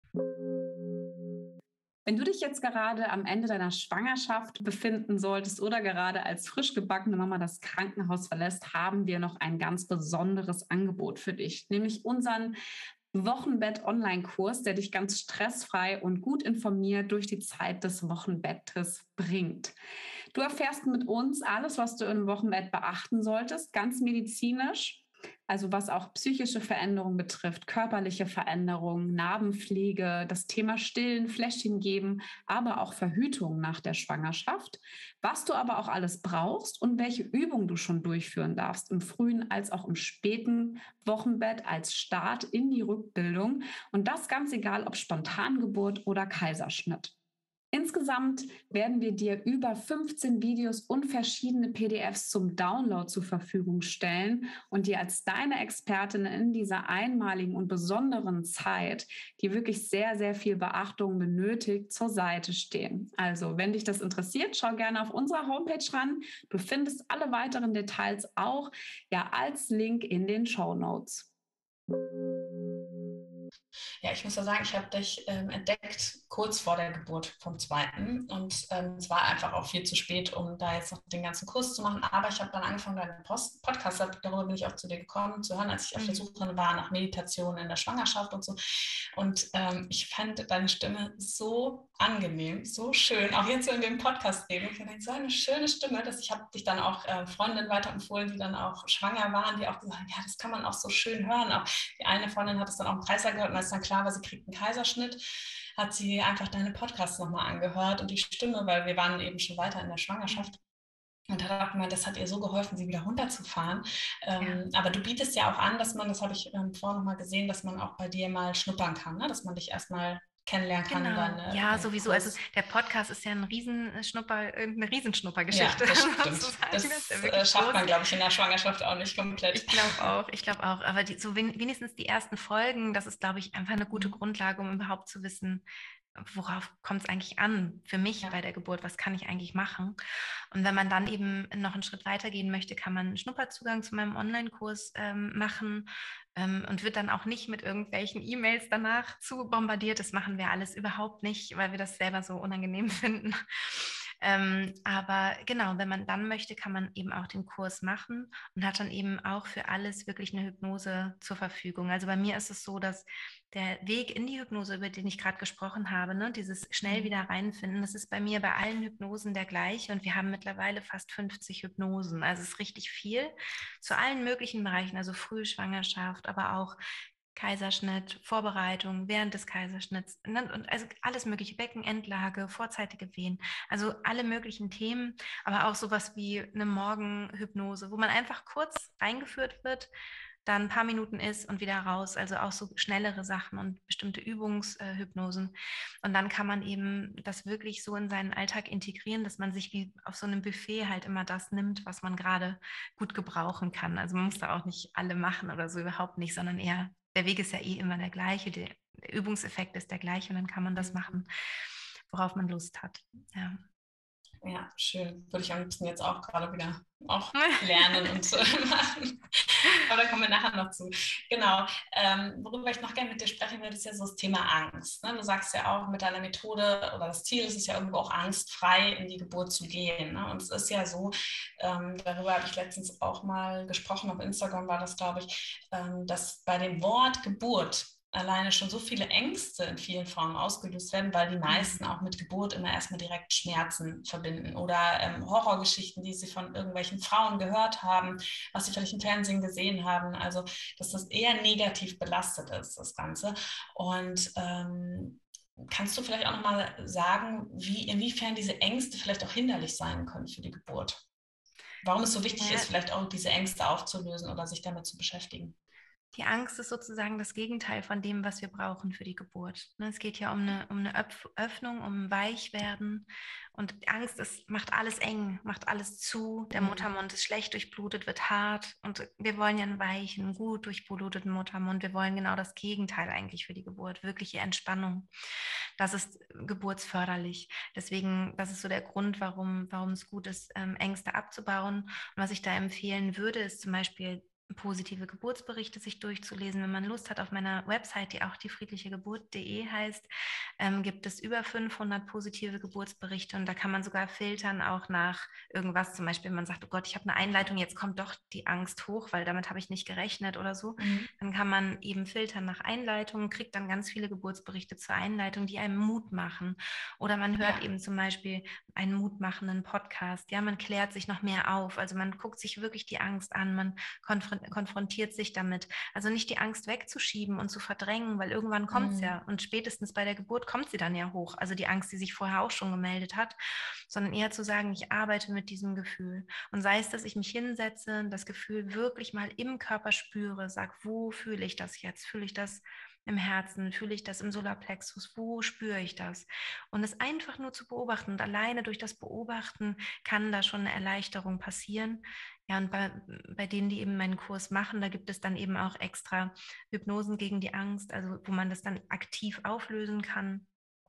Wenn du dich jetzt gerade am Ende deiner Schwangerschaft befinden solltest oder gerade als frisch gebackene Mama das Krankenhaus verlässt, haben wir noch ein ganz besonderes Angebot für dich, nämlich unseren Wochenbett-Online-Kurs, der dich ganz stressfrei und gut informiert durch die Zeit des Wochenbettes bringt. Du erfährst mit uns alles, was du im Wochenbett beachten solltest, ganz medizinisch. Also was auch psychische Veränderungen betrifft, körperliche Veränderungen, Narbenpflege, das Thema Stillen, Fläschchen geben, aber auch Verhütung nach der Schwangerschaft. Was du aber auch alles brauchst und welche Übungen du schon durchführen darfst, im frühen als auch im späten Wochenbett als Start in die Rückbildung. Und das ganz egal, ob Spontangeburt oder Kaiserschnitt. Insgesamt werden wir dir über fünfzehn Videos und verschiedene P D Fs zum Download zur Verfügung stellen und dir als deine Expertin in dieser einmaligen und besonderen Zeit, die wirklich sehr, sehr viel Beachtung benötigt, zur Seite stehen. Also, wenn dich das interessiert, schau gerne auf unserer Homepage ran. Du findest alle weiteren Details auch ja als Link in den Shownotes. Ja, ich muss ja sagen, ich habe dich ähm, entdeckt kurz vor der Geburt vom zweiten und ähm, es war einfach auch viel zu spät, um da jetzt noch den ganzen Kurs zu machen, aber ich habe dann angefangen, deinen Post Podcast, darüber bin ich auch zu dir gekommen, zu hören, als ich auf der Suche war nach Meditation in der Schwangerschaft und so und ähm, ich fand deine Stimme so angenehm, so schön, auch jetzt so in dem Podcast reden, ich denke, so eine schöne Stimme, dass ich habe dich dann auch äh, Freundinnen weiterempfohlen, die dann auch schwanger waren, die auch gesagt haben, ja, das kann man auch so schön hören, auch die eine Freundin hat es dann auch im Kreislauf gehört und als dann klar war, sie kriegt einen Kaiserschnitt, hat sie einfach deine Podcasts nochmal angehört und die Stimme, weil wir waren eben schon weiter in der Schwangerschaft. Und da dachte man, das hat ihr so geholfen, sie wieder runterzufahren. Ähm, ja. Aber du bietest ja auch an, dass man, das habe ich ähm, vorhin nochmal gesehen, dass man auch bei dir mal schnuppern kann, ne? Dass man dich erstmal kennenlernen kann. Genau. Deine, ja, sowieso. Kurs. Also der Podcast ist ja ein Riesenschnupper, eine Riesenschnuppergeschichte. Ja, das stimmt. Das, das ja schafft man, glaube ich, in der Schwangerschaft auch nicht komplett. Ich glaube auch, ich glaube auch. Aber die, so wenigstens die ersten Folgen, das ist, glaube ich, einfach eine gute mhm. Grundlage, um überhaupt zu wissen, worauf kommt es eigentlich an für mich ja. bei der Geburt, was kann ich eigentlich machen? Und wenn man dann eben noch einen Schritt weiter gehen möchte, kann man einen Schnupperzugang zu meinem Online-Kurs ähm, machen ähm, und wird dann auch nicht mit irgendwelchen E-Mails danach zu bombardiert. Das machen wir alles überhaupt nicht, weil wir das selber so unangenehm finden. Ähm, aber genau, wenn man dann möchte, kann man eben auch den Kurs machen und hat dann eben auch für alles wirklich eine Hypnose zur Verfügung. Also bei mir ist es so, dass der Weg in die Hypnose, über den ich gerade gesprochen habe, ne, dieses schnell wieder reinfinden, das ist bei mir bei allen Hypnosen der gleiche und wir haben mittlerweile fast fünfzig Hypnosen. Also es ist richtig viel zu allen möglichen Bereichen, also Frühschwangerschaft, aber auch Kaiserschnitt, Vorbereitung während des Kaiserschnitts und also alles mögliche, Beckenendlage, vorzeitige Wehen, also alle möglichen Themen, aber auch sowas wie eine Morgenhypnose, wo man einfach kurz eingeführt wird, dann ein paar Minuten ist und wieder raus, also auch so schnellere Sachen und bestimmte Übungshypnosen. Und dann kann man eben das wirklich so in seinen Alltag integrieren, dass man sich wie auf so einem Buffet halt immer das nimmt, was man gerade gut gebrauchen kann. Also man muss da auch nicht alle machen oder so, überhaupt nicht, sondern eher, der Weg ist ja eh immer der gleiche, der, der Übungseffekt ist der gleiche und dann kann man das machen, worauf man Lust hat. Ja. Ja, schön. Würde ich am liebsten jetzt auch gerade wieder auch lernen und äh, machen. Aber da kommen wir nachher noch zu. Genau. Ähm, worüber ich noch gerne mit dir sprechen würde, ist ja so das Thema Angst. Ne? Du sagst ja auch mit deiner Methode, oder das Ziel ist es ja irgendwo auch angstfrei in die Geburt zu gehen. Ne? Und es ist ja so, ähm, darüber habe ich letztens auch mal gesprochen, auf Instagram war das, glaube ich, ähm, dass bei dem Wort Geburt alleine schon so viele Ängste in vielen Frauen ausgelöst werden, weil die meisten auch mit Geburt immer erstmal direkt Schmerzen verbinden oder ähm, Horrorgeschichten, die sie von irgendwelchen Frauen gehört haben, was sie vielleicht im Fernsehen gesehen haben. Also, dass das eher negativ belastet ist, das Ganze. Und ähm, kannst du vielleicht auch nochmal sagen, wie, inwiefern diese Ängste vielleicht auch hinderlich sein können für die Geburt? Warum es so wichtig Ja. ist, vielleicht auch diese Ängste aufzulösen oder sich damit zu beschäftigen? Die Angst ist sozusagen das Gegenteil von dem, was wir brauchen für die Geburt. Es geht ja um eine, um eine Öffnung, um ein Weichwerden. Und Angst ist, macht alles eng, macht alles zu. Der Mhm. Muttermund ist schlecht durchblutet, wird hart. Und wir wollen ja einen weichen, gut durchbluteten Muttermund. Wir wollen genau das Gegenteil eigentlich für die Geburt, wirkliche Entspannung. Das ist geburtsförderlich. Deswegen, das ist so der Grund, warum, warum es gut ist, ähm, Ängste abzubauen. Und was ich da empfehlen würde, ist zum Beispiel positive Geburtsberichte sich durchzulesen. Wenn man Lust hat, auf meiner Website, die auch die friedliche Geburt punkt de heißt, ähm, gibt es über fünfhundert positive Geburtsberichte und da kann man sogar filtern auch nach irgendwas, zum Beispiel, wenn man sagt, oh Gott, ich habe eine Einleitung, jetzt kommt doch die Angst hoch, weil damit habe ich nicht gerechnet oder so. Mhm. Dann kann man eben filtern nach Einleitungen, kriegt dann ganz viele Geburtsberichte zur Einleitung, die einem Mut machen. Oder man hört ja. eben zum Beispiel einen mutmachenden Podcast. Ja, man klärt sich noch mehr auf. Also man guckt sich wirklich die Angst an, man konfrontiert konfrontiert sich damit. Also nicht die Angst wegzuschieben und zu verdrängen, weil irgendwann kommt es mhm. ja und spätestens bei der Geburt kommt sie dann ja hoch. Also die Angst, die sich vorher auch schon gemeldet hat, sondern eher zu sagen, ich arbeite mit diesem Gefühl. Und sei es, dass ich mich hinsetze, das Gefühl wirklich mal im Körper spüre, sag, wo fühle ich das jetzt? Fühle ich das im Herzen? Fühle ich das im Solarplexus? Wo spüre ich das? Und es einfach nur zu beobachten. Und alleine durch das Beobachten kann da schon eine Erleichterung passieren. Ja, und bei, bei denen, die eben meinen Kurs machen, da gibt es dann eben auch extra Hypnosen gegen die Angst, also wo man das dann aktiv auflösen kann.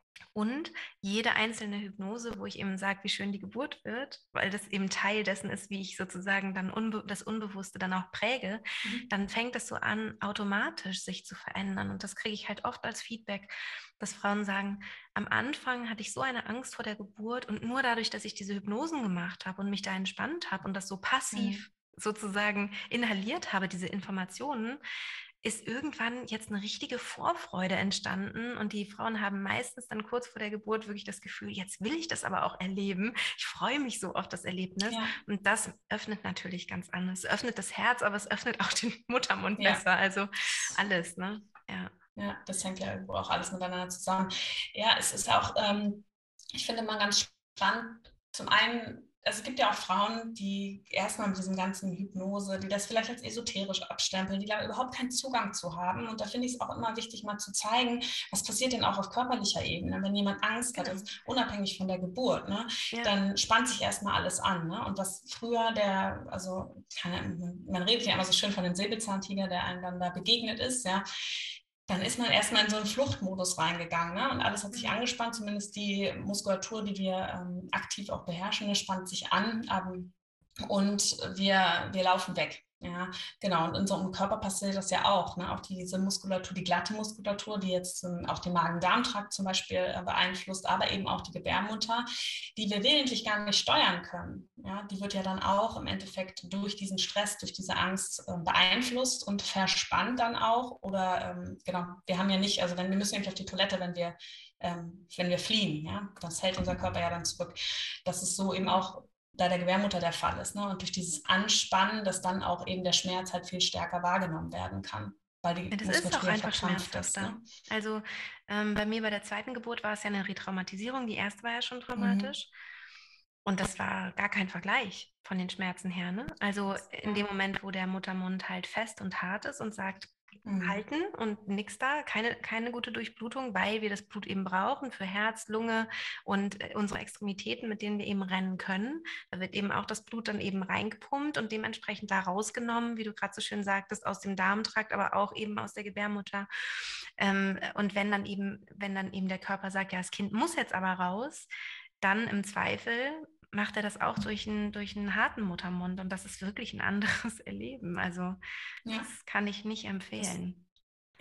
Und jede einzelne Hypnose, wo ich eben sage, wie schön die Geburt wird, weil das eben Teil dessen ist, wie ich sozusagen dann unbe- das Unbewusste dann auch präge, mhm. dann fängt es so an, automatisch sich zu verändern. Und das kriege ich halt oft als Feedback, dass Frauen sagen, am Anfang hatte ich so eine Angst vor der Geburt und nur dadurch, dass ich diese Hypnosen gemacht habe und mich da entspannt habe und das so passiv mhm. sozusagen inhaliert habe, diese Informationen, ist irgendwann jetzt eine richtige Vorfreude entstanden und die Frauen haben meistens dann kurz vor der Geburt wirklich das Gefühl, jetzt will ich das aber auch erleben. Ich freue mich so auf das Erlebnis ja. und das öffnet natürlich ganz anders. Es öffnet das Herz, aber es öffnet auch den Muttermund ja. besser, also alles, ne? Ja. Ja, das hängt ja irgendwo auch alles miteinander zusammen. Ja, es ist auch, ähm, ich finde mal ganz spannend, zum einen, also es gibt ja auch Frauen, die erstmal mit diesem ganzen Hypnose, die das vielleicht als esoterisch abstempeln, die da überhaupt keinen Zugang zu haben. Und da finde ich es auch immer wichtig, mal zu zeigen, was passiert denn auch auf körperlicher Ebene. Wenn jemand Angst hat, jetzt unabhängig von der Geburt, ne, ja. dann spannt sich erstmal alles an. Ne? Und was früher der, also keine, man redet ja immer so schön von dem Säbelzahntiger, der einem dann da begegnet ist, ja, dann ist man erstmal in so einen Fluchtmodus reingegangen, ne? Und alles hat sich angespannt, zumindest die Muskulatur, die wir ähm, aktiv auch beherrschen, spannt sich an ähm, und wir, wir laufen weg. Ja, genau. Und in so einem Körper passiert das ja auch. Ne? Auch diese Muskulatur, die glatte Muskulatur, die jetzt ähm, auch den Magen-Darm-Trakt zum Beispiel äh, beeinflusst, aber eben auch die Gebärmutter, die wir willentlich gar nicht steuern können. Ja? Die wird ja dann auch im Endeffekt durch diesen Stress, durch diese Angst äh, beeinflusst und verspannt dann auch. Oder ähm, genau, wir haben ja nicht, also wenn, wir müssen ja nicht auf die Toilette, wenn wir, ähm, wenn wir fliehen. Ja? Das hält unser Körper ja dann zurück. Das ist so eben auch da der Gebärmutter der Fall ist. Ne? Und durch dieses Anspannen, dass dann auch eben der Schmerz halt viel stärker wahrgenommen werden kann. Weil die ja, das ist auch einfach schmerzhafter. Ne? Also ähm, bei mir bei der zweiten Geburt war es ja eine Retraumatisierung. Die erste war ja schon traumatisch. Mhm. Und das war gar kein Vergleich von den Schmerzen her. Ne? Also in dem Moment, wo der Muttermund halt fest und hart ist und sagt, Mhm. halten und nichts da, keine, keine gute Durchblutung, weil wir das Blut eben brauchen für Herz, Lunge und äh, unsere Extremitäten, mit denen wir eben rennen können. Da wird eben auch das Blut dann eben reingepumpt und dementsprechend da rausgenommen, wie du gerade so schön sagtest, aus dem Darmtrakt, aber auch eben aus der Gebärmutter. Ähm, und wenn dann eben, wenn dann eben der Körper sagt, ja, das Kind muss jetzt aber raus, dann im Zweifel macht er das auch durch einen, durch einen harten Muttermund und das ist wirklich ein anderes Erleben. Also ja. das kann ich nicht empfehlen.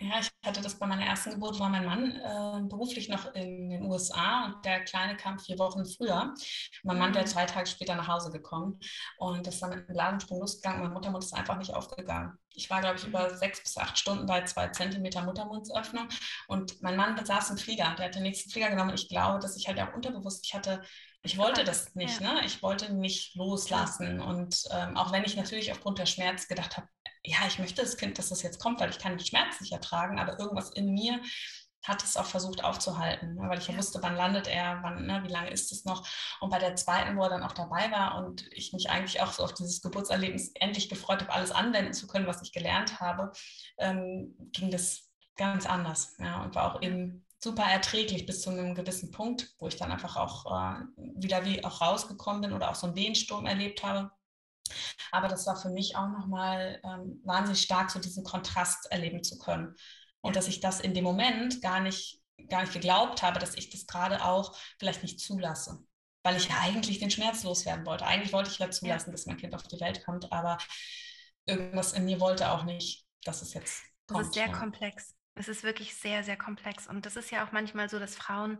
Ja, ich hatte das bei meiner ersten Geburt, war mein Mann äh, beruflich noch in den U S A und der Kleine kam vier Wochen früher. Mein Mann wäre drei Tage später nach Hause gekommen und das war mit einem Blasensprung losgegangen. Mein Muttermund ist einfach nicht aufgegangen. Ich war, glaube ich, über sechs bis acht Stunden bei zwei Zentimeter Muttermundsöffnung und mein Mann saß im Flieger. Der hat den nächsten Flieger genommen und ich glaube, dass ich halt auch unterbewusst, ich hatte ich wollte das nicht, ja. ne? Ich wollte nicht loslassen. Und ähm, auch wenn ich natürlich aufgrund der Schmerz gedacht habe, ja, ich möchte das Kind, dass das jetzt kommt, weil ich kann den Schmerz nicht ertragen, aber irgendwas in mir hat es auch versucht aufzuhalten, ne? Weil ich ja wusste, wann landet er, wann, ne, wie lange ist es noch. Und bei der zweiten, wo er dann auch dabei war und ich mich eigentlich auch so auf dieses Geburtserlebnis endlich gefreut habe, alles anwenden zu können, was ich gelernt habe, ähm, ging das ganz anders. Ja, und war auch eben super erträglich bis zu einem gewissen Punkt, wo ich dann einfach auch äh, wieder wie auch rausgekommen bin oder auch so einen Wehensturm erlebt habe. Aber das war für mich auch nochmal ähm, wahnsinnig stark, so diesen Kontrast erleben zu können. Und dass ich das in dem Moment gar nicht, gar nicht geglaubt habe, dass ich das gerade auch vielleicht nicht zulasse. Weil ich ja eigentlich den Schmerz loswerden wollte. Eigentlich wollte ich ja zulassen, ja. dass mein Kind auf die Welt kommt, aber irgendwas in mir wollte auch nicht, dass es jetzt kommt. Das ist sehr ja. komplex. Es ist wirklich sehr, sehr komplex. Und das ist ja auch manchmal so, dass Frauen,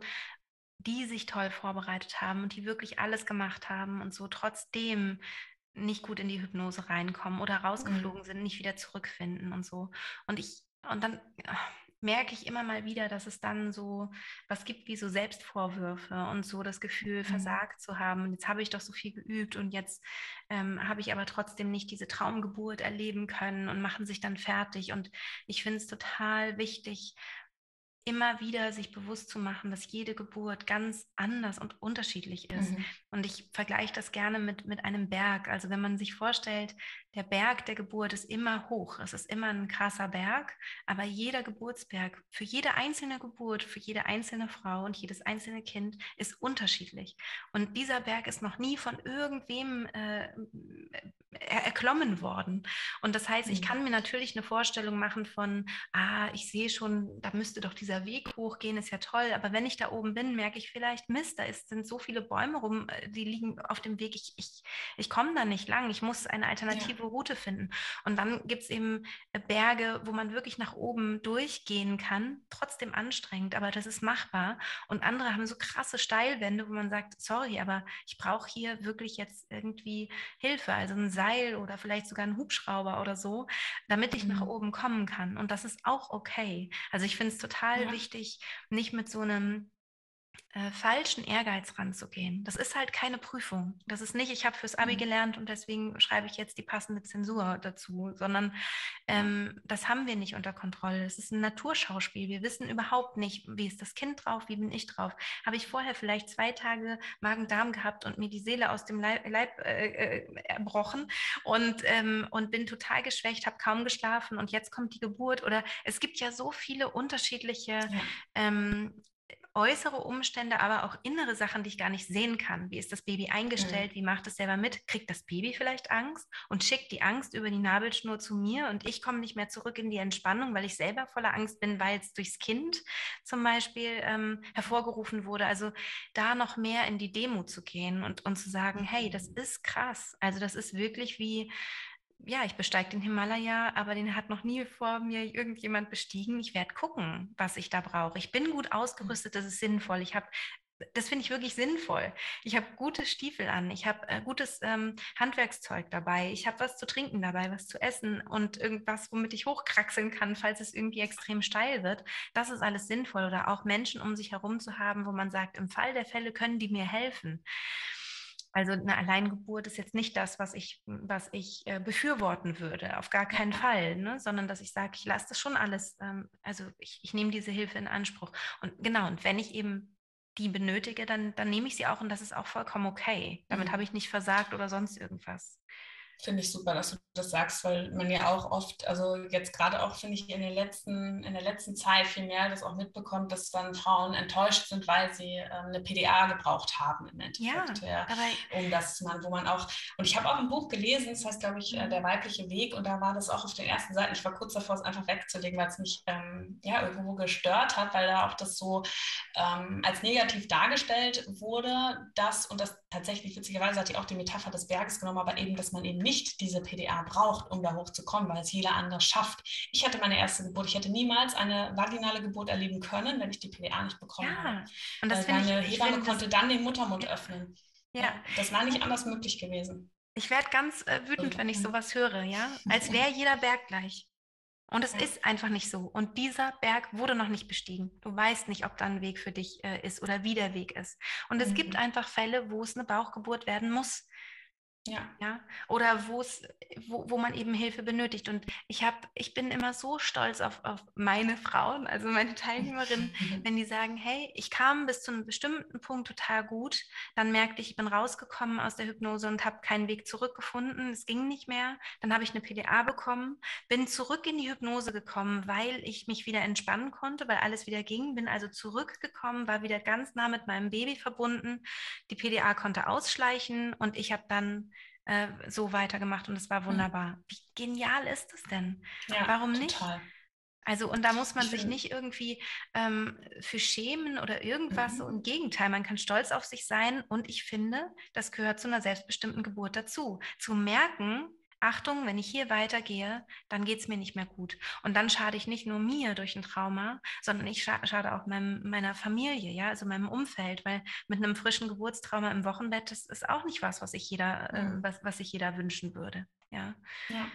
die sich toll vorbereitet haben und die wirklich alles gemacht haben und so trotzdem nicht gut in die Hypnose reinkommen oder rausgeflogen mhm. sind, nicht wieder zurückfinden und so. Und ich, und dann ach, merke ich immer mal wieder, dass es dann so was gibt wie so Selbstvorwürfe und so das Gefühl, mhm. versagt zu haben. Und jetzt habe ich doch so viel geübt und jetzt ähm, habe ich aber trotzdem nicht diese Traumgeburt erleben können und machen sich dann fertig. Und ich finde es total wichtig, immer wieder sich bewusst zu machen, dass jede Geburt ganz anders und unterschiedlich ist. Mhm. Und ich vergleiche das gerne mit, mit einem Berg. Also wenn man sich vorstellt, der Berg der Geburt ist immer hoch, es ist immer ein krasser Berg, aber jeder Geburtsberg, für jede einzelne Geburt, für jede einzelne Frau und jedes einzelne Kind ist unterschiedlich. Und dieser Berg ist noch nie von irgendwem äh, erklommen worden. Und das heißt, mhm. ich kann mir natürlich eine Vorstellung machen von, ah, ich sehe schon, da müsste doch dieser Weg hochgehen, ist ja toll, aber wenn ich da oben bin, merke ich vielleicht, Mist, da ist, sind so viele Bäume rum, die liegen auf dem Weg, ich, ich, ich komme da nicht lang, ich muss eine alternative ja. Route finden. Und dann gibt es eben Berge, wo man wirklich nach oben durchgehen kann, trotzdem anstrengend, aber das ist machbar. Und andere haben so krasse Steilwände, wo man sagt, sorry, aber ich brauche hier wirklich jetzt irgendwie Hilfe, also ein Seil oder vielleicht sogar ein Hubschrauber oder so, damit ich mhm. nach oben kommen kann. Und das ist auch okay. Also ich finde es total ja. wichtig, nicht mit so einem äh, falschen Ehrgeiz ranzugehen. Das ist halt keine Prüfung. Das ist nicht, ich habe fürs Abi mhm. gelernt und deswegen schreibe ich jetzt die passende Zensur dazu, sondern ähm, das haben wir nicht unter Kontrolle. Es ist ein Naturschauspiel. Wir wissen überhaupt nicht, wie ist das Kind drauf, wie bin ich drauf. Habe ich vorher vielleicht zwei Tage Magen-Darm gehabt und mir die Seele aus dem Leib, Leib äh, äh, erbrochen und, ähm, und bin total geschwächt, habe kaum geschlafen und jetzt kommt die Geburt. Oder es gibt ja so viele unterschiedliche ja. ähm, äußere Umstände, aber auch innere Sachen, die ich gar nicht sehen kann. Wie ist das Baby eingestellt? Mhm. Wie macht es selber mit? Kriegt das Baby vielleicht Angst und schickt die Angst über die Nabelschnur zu mir und ich komme nicht mehr zurück in die Entspannung, weil ich selber voller Angst bin, weil es durchs Kind zum Beispiel ähm, hervorgerufen wurde. Also da noch mehr in die Demut zu gehen und, und zu sagen, mhm. hey, das ist krass. Also das ist wirklich wie ja, ich besteige den Himalaya, aber den hat noch nie vor mir irgendjemand bestiegen. Ich werde gucken, was ich da brauche. Ich bin gut ausgerüstet, das ist sinnvoll. Ich habe, das finde ich wirklich sinnvoll. Ich habe gute Stiefel an, ich habe äh, gutes ähm, Handwerkszeug dabei, ich habe was zu trinken dabei, was zu essen und irgendwas, womit ich hochkraxeln kann, falls es irgendwie extrem steil wird. Das ist alles sinnvoll. Oder auch Menschen um sich herum zu haben, wo man sagt, im Fall der Fälle können die mir helfen. Also eine Alleingeburt ist jetzt nicht das, was ich, was ich äh, befürworten würde, auf gar keinen Fall, ne? Sondern dass ich sage, ich lasse das schon alles, ähm, also ich, ich nehme diese Hilfe in Anspruch. Und genau, und wenn ich eben die benötige, dann, dann nehme ich sie auch und das ist auch vollkommen okay. Damit mhm. habe ich nicht versagt oder sonst irgendwas. Finde ich super, dass du das sagst, weil man ja auch oft, also jetzt gerade auch, finde ich, in, den letzten, in der letzten Zeit viel mehr das auch mitbekommt, dass dann Frauen enttäuscht sind, weil sie ähm, eine P D A gebraucht haben im Endeffekt. Ja, ja, aber um das man, wo man auch, und ich habe auch ein Buch gelesen, das heißt, glaube ich, mhm. Der weibliche Weg, und da war das auch auf den ersten Seiten, ich war kurz davor, es einfach wegzulegen, weil es mich ähm, ja, irgendwo gestört hat, weil da auch das so ähm, als negativ dargestellt wurde, dass, und das tatsächlich, witzigerweise hat die auch die Metapher des Berges genommen, aber eben, dass man eben nicht nicht diese P D A braucht, um da hochzukommen, weil es jeder andere schafft. Ich hatte meine erste Geburt, ich hätte niemals eine vaginale Geburt erleben können, wenn ich die P D A nicht bekommen Ja, habe. und das Weil finde meine ich, ich Hebamme finde konnte das, dann den Muttermund ja, öffnen. ja. Ja, das war nicht anders möglich gewesen. Ich werde ganz äh, wütend, Also, wenn ich hm. sowas höre, ja, als wäre jeder Berg gleich. Und es Ja. ist einfach nicht so. Und dieser Berg wurde noch nicht bestiegen. Du weißt nicht, ob da ein Weg für dich äh, ist oder wie der Weg ist. Und es gibt Mhm. einfach Fälle, wo es eine Bauchgeburt werden muss. Ja. Ja, oder wo es, wo, wo man eben Hilfe benötigt. Und ich habe, ich bin immer so stolz auf, auf meine Frauen, also meine Teilnehmerinnen, wenn die sagen, hey, ich kam bis zu einem bestimmten Punkt total gut, dann merkte ich, ich bin rausgekommen aus der Hypnose und habe keinen Weg zurückgefunden, es ging nicht mehr, dann habe ich eine P D A bekommen, bin zurück in die Hypnose gekommen, weil ich mich wieder entspannen konnte, weil alles wieder ging, bin also zurückgekommen, war wieder ganz nah mit meinem Baby verbunden, die P D A konnte ausschleichen und ich habe dann äh, so weitergemacht und es war wunderbar. Wie genial ist es denn? Ja, Warum nicht? total. Also, und da muss man Ich sich finde, nicht irgendwie ähm, für schämen oder irgendwas. So im mhm. Gegenteil, man kann stolz auf sich sein und ich finde, das gehört zu einer selbstbestimmten Geburt dazu. Zu merken, Achtung, wenn ich hier weitergehe, dann geht es mir nicht mehr gut. Und dann schade ich nicht nur mir durch ein Trauma, sondern ich scha schade auch meinem, meiner Familie, ja, also meinem Umfeld, weil mit einem frischen Geburtstrauma im Wochenbett, das ist auch nicht was, was ich jeder, äh, Mhm. was, was sich jeder wünschen würde. Ja. Ja.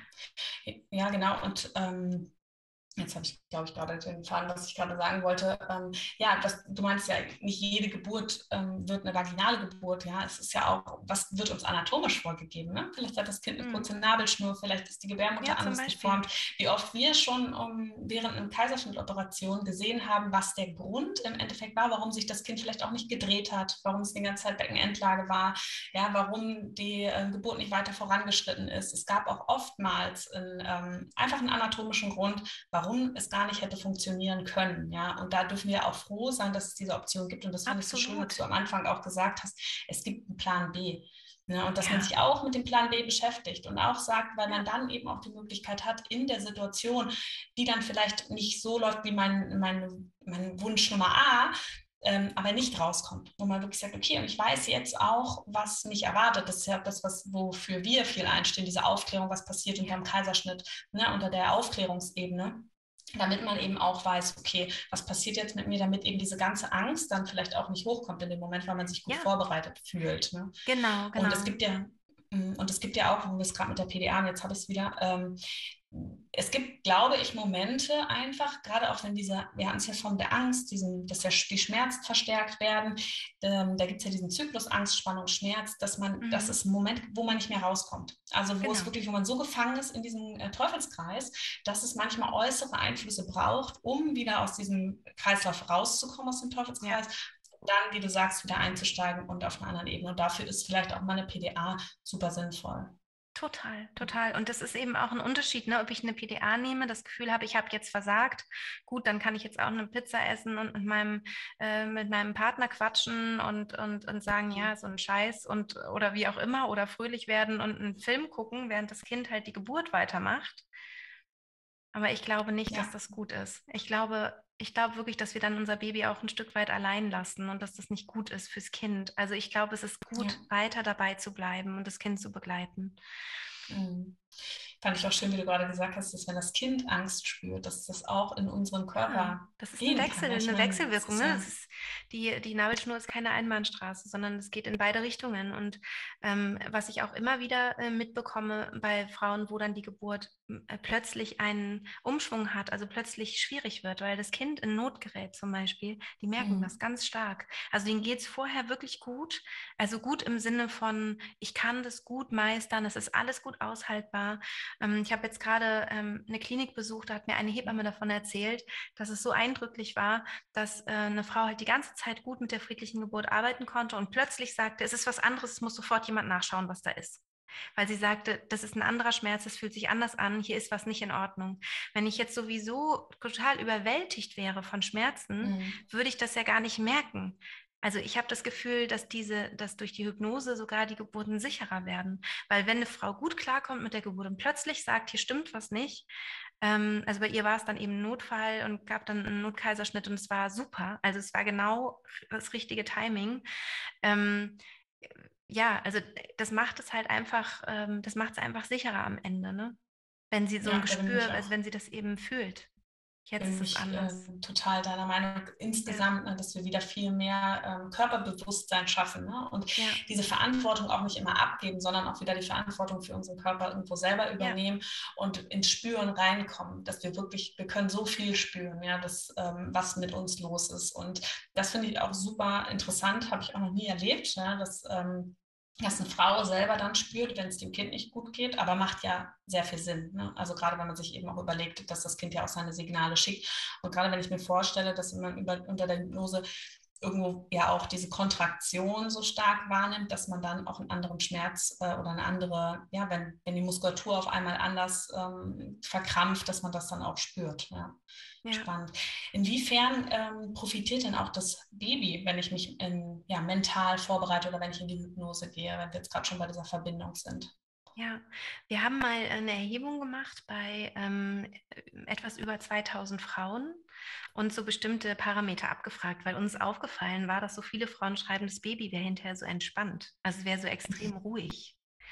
Ja, genau. Und ähm, jetzt habe ich, glaube ich, gerade den Faden, was ich gerade sagen wollte. Ähm, ja, das, du meinst ja, nicht jede Geburt ähm, wird eine vaginale Geburt. Ja, es ist ja auch, was wird uns anatomisch vorgegeben? Ne? Vielleicht hat das Kind eine Mhm. kurze Nabelschnur, vielleicht ist die Gebärmutter Ja, zum anders Beispiel. geformt. Wie oft wir schon um, während einer Kaiserschnittoperation gesehen haben, was der Grund im Endeffekt war, warum sich das Kind vielleicht auch nicht gedreht hat, warum es die ganze Zeit Beckenendlage war, ja, warum die äh, Geburt nicht weiter vorangeschritten ist. Es gab auch oftmals einen, ähm, einfach einen anatomischen Grund, warum es gar nicht hätte funktionieren können. Ja? Und da dürfen wir auch froh sein, dass es diese Option gibt. Und das fand ich so schön, dass Absolut. du am Anfang auch gesagt hast, es gibt einen Plan B. Ja, und dass man Ja, sich auch mit dem Plan B beschäftigt und auch sagt, weil ja, man dann eben auch die Möglichkeit hat, in der Situation, die dann vielleicht nicht so läuft wie mein, mein, mein Wunsch Nummer A, ähm, aber nicht rauskommt, wo man wirklich sagt, okay, und ich weiß jetzt auch, was mich erwartet. Das ist ja das, was, wofür wir viel einstehen, diese Aufklärung, was passiert unter ja. dem Kaiserschnitt, ne, unter der Aufklärungsebene, damit man eben auch weiß, okay, was passiert jetzt mit mir, damit eben diese ganze Angst dann vielleicht auch nicht hochkommt in dem Moment, weil man sich gut Ja, vorbereitet fühlt. Ne? genau, Und es genau. gibt ja, und es gibt ja auch, wo wir es gerade mit der P D A, und jetzt habe ich es wieder, ähm, es gibt, glaube ich, Momente einfach, gerade auch wenn diese, wir hatten es ja von der Angst, diesen, dass ja die Schmerzen verstärkt werden, ähm, da gibt es ja diesen Zyklus Angst, Spannung, Schmerz, dass man, das Mhm. ist ein Moment, wo man nicht mehr rauskommt. Also wo es Genau. wirklich, wo man so gefangen ist in diesem äh, Teufelskreis, dass es manchmal äußere Einflüsse braucht, um wieder aus diesem Kreislauf rauszukommen, aus dem Ja. Teufelskreis, dann, wie du sagst, wieder einzusteigen und auf einer anderen Ebene. Und dafür ist vielleicht auch mal eine P D A super sinnvoll. Total, total. Und das ist eben auch ein Unterschied, ne, ob ich eine P D A nehme, das Gefühl habe, ich habe jetzt versagt. Gut, dann kann ich jetzt auch eine Pizza essen und mit meinem, äh, mit meinem Partner quatschen und, und, und sagen, ja, so ein Scheiß und oder wie auch immer, oder fröhlich werden und einen Film gucken, während das Kind halt die Geburt weitermacht. Aber ich glaube nicht, dass Ja, das gut ist. Ich glaube, ich glaube wirklich, dass wir dann unser Baby auch ein Stück weit allein lassen und dass das nicht gut ist fürs Kind. Also ich glaube, es ist ja. gut, weiter dabei zu bleiben und das Kind zu begleiten. Mhm. Fand ich auch schön, wie du gerade gesagt hast, dass wenn das Kind Angst spürt, dass das auch in unseren Ja, Körper das ist ein gehen kann. Wechsel, Ja, ich eine meine, das Wechselwirkung. ist Ne? ja, Das ist die, die Nabelschnur ist keine Einbahnstraße, sondern es geht in beide Richtungen. Und ähm, was ich auch immer wieder äh, mitbekomme bei Frauen, wo dann die Geburt äh, plötzlich einen Umschwung hat, also plötzlich schwierig wird, weil das Kind in Not gerät zum Beispiel, die merken das mhm. ganz stark. Also denen geht es vorher wirklich gut. Also gut im Sinne von, ich kann das gut meistern, es ist alles gut aushaltbar. Ähm, ich habe jetzt gerade ähm, eine Klinik besucht, da hat mir eine Hebamme davon erzählt, dass es so eindrücklich war, dass äh, eine Frau halt die ganze Zeit gut mit der friedlichen Geburt arbeiten konnte und plötzlich sagte, es ist was anderes, es muss sofort jemand nachschauen, was da ist. Weil sie sagte, das ist ein anderer Schmerz, es fühlt sich anders an, hier ist was nicht in Ordnung. Wenn ich jetzt sowieso total überwältigt wäre von Schmerzen, Mhm. würde ich das ja gar nicht merken. Also ich habe das Gefühl, dass diese, dass durch die Hypnose sogar die Geburten sicherer werden. Weil wenn eine Frau gut klarkommt mit der Geburt und plötzlich sagt, hier stimmt was nicht, ähm, also bei ihr war es dann eben ein Notfall und gab dann einen Notkaiserschnitt und es war super. Also es war genau das richtige Timing. Ähm, ja, also das macht es halt einfach, ähm, das macht es einfach sicherer am Ende, ne? Wenn sie so ein Ja, da bin ich Gespür, also auch. wenn sie das eben fühlt. Jetzt Bin ist es ich äh, anders. total deiner Meinung. Ja, Insgesamt, ne, dass wir wieder viel mehr ähm, Körperbewusstsein schaffen, ne? Und ja, diese Verantwortung auch nicht immer abgeben, sondern auch wieder die Verantwortung für unseren Körper irgendwo selber ja, übernehmen und ins Spüren reinkommen, dass wir wirklich, wir können so viel spüren, ja, das, ähm, was mit uns los ist. Und das finde ich auch super interessant, habe ich auch noch nie erlebt, ja, dass ähm, dass eine Frau selber dann spürt, wenn es dem Kind nicht gut geht, aber macht ja sehr viel Sinn. Ne? Also gerade wenn man sich eben auch überlegt, dass das Kind ja auch seine Signale schickt. Und gerade wenn ich mir vorstelle, dass man über, unter der Hypnose irgendwo ja auch diese Kontraktion so stark wahrnimmt, dass man dann auch einen anderen Schmerz äh, oder eine andere, ja, wenn, wenn die Muskulatur auf einmal anders ähm, verkrampft, dass man das dann auch spürt. Ja. ja. Spannend. Inwiefern ähm, profitiert denn auch das Baby, wenn ich mich in, ja, mental vorbereite oder wenn ich in die Hypnose gehe, wenn wir jetzt gerade schon bei dieser Verbindung sind? Ja, wir haben mal eine Erhebung gemacht bei ähm, etwas über zweitausend Frauen und so bestimmte Parameter abgefragt, weil uns aufgefallen war, dass so viele Frauen schreiben, das Baby wäre hinterher so entspannt. Also es wäre so extrem ruhig.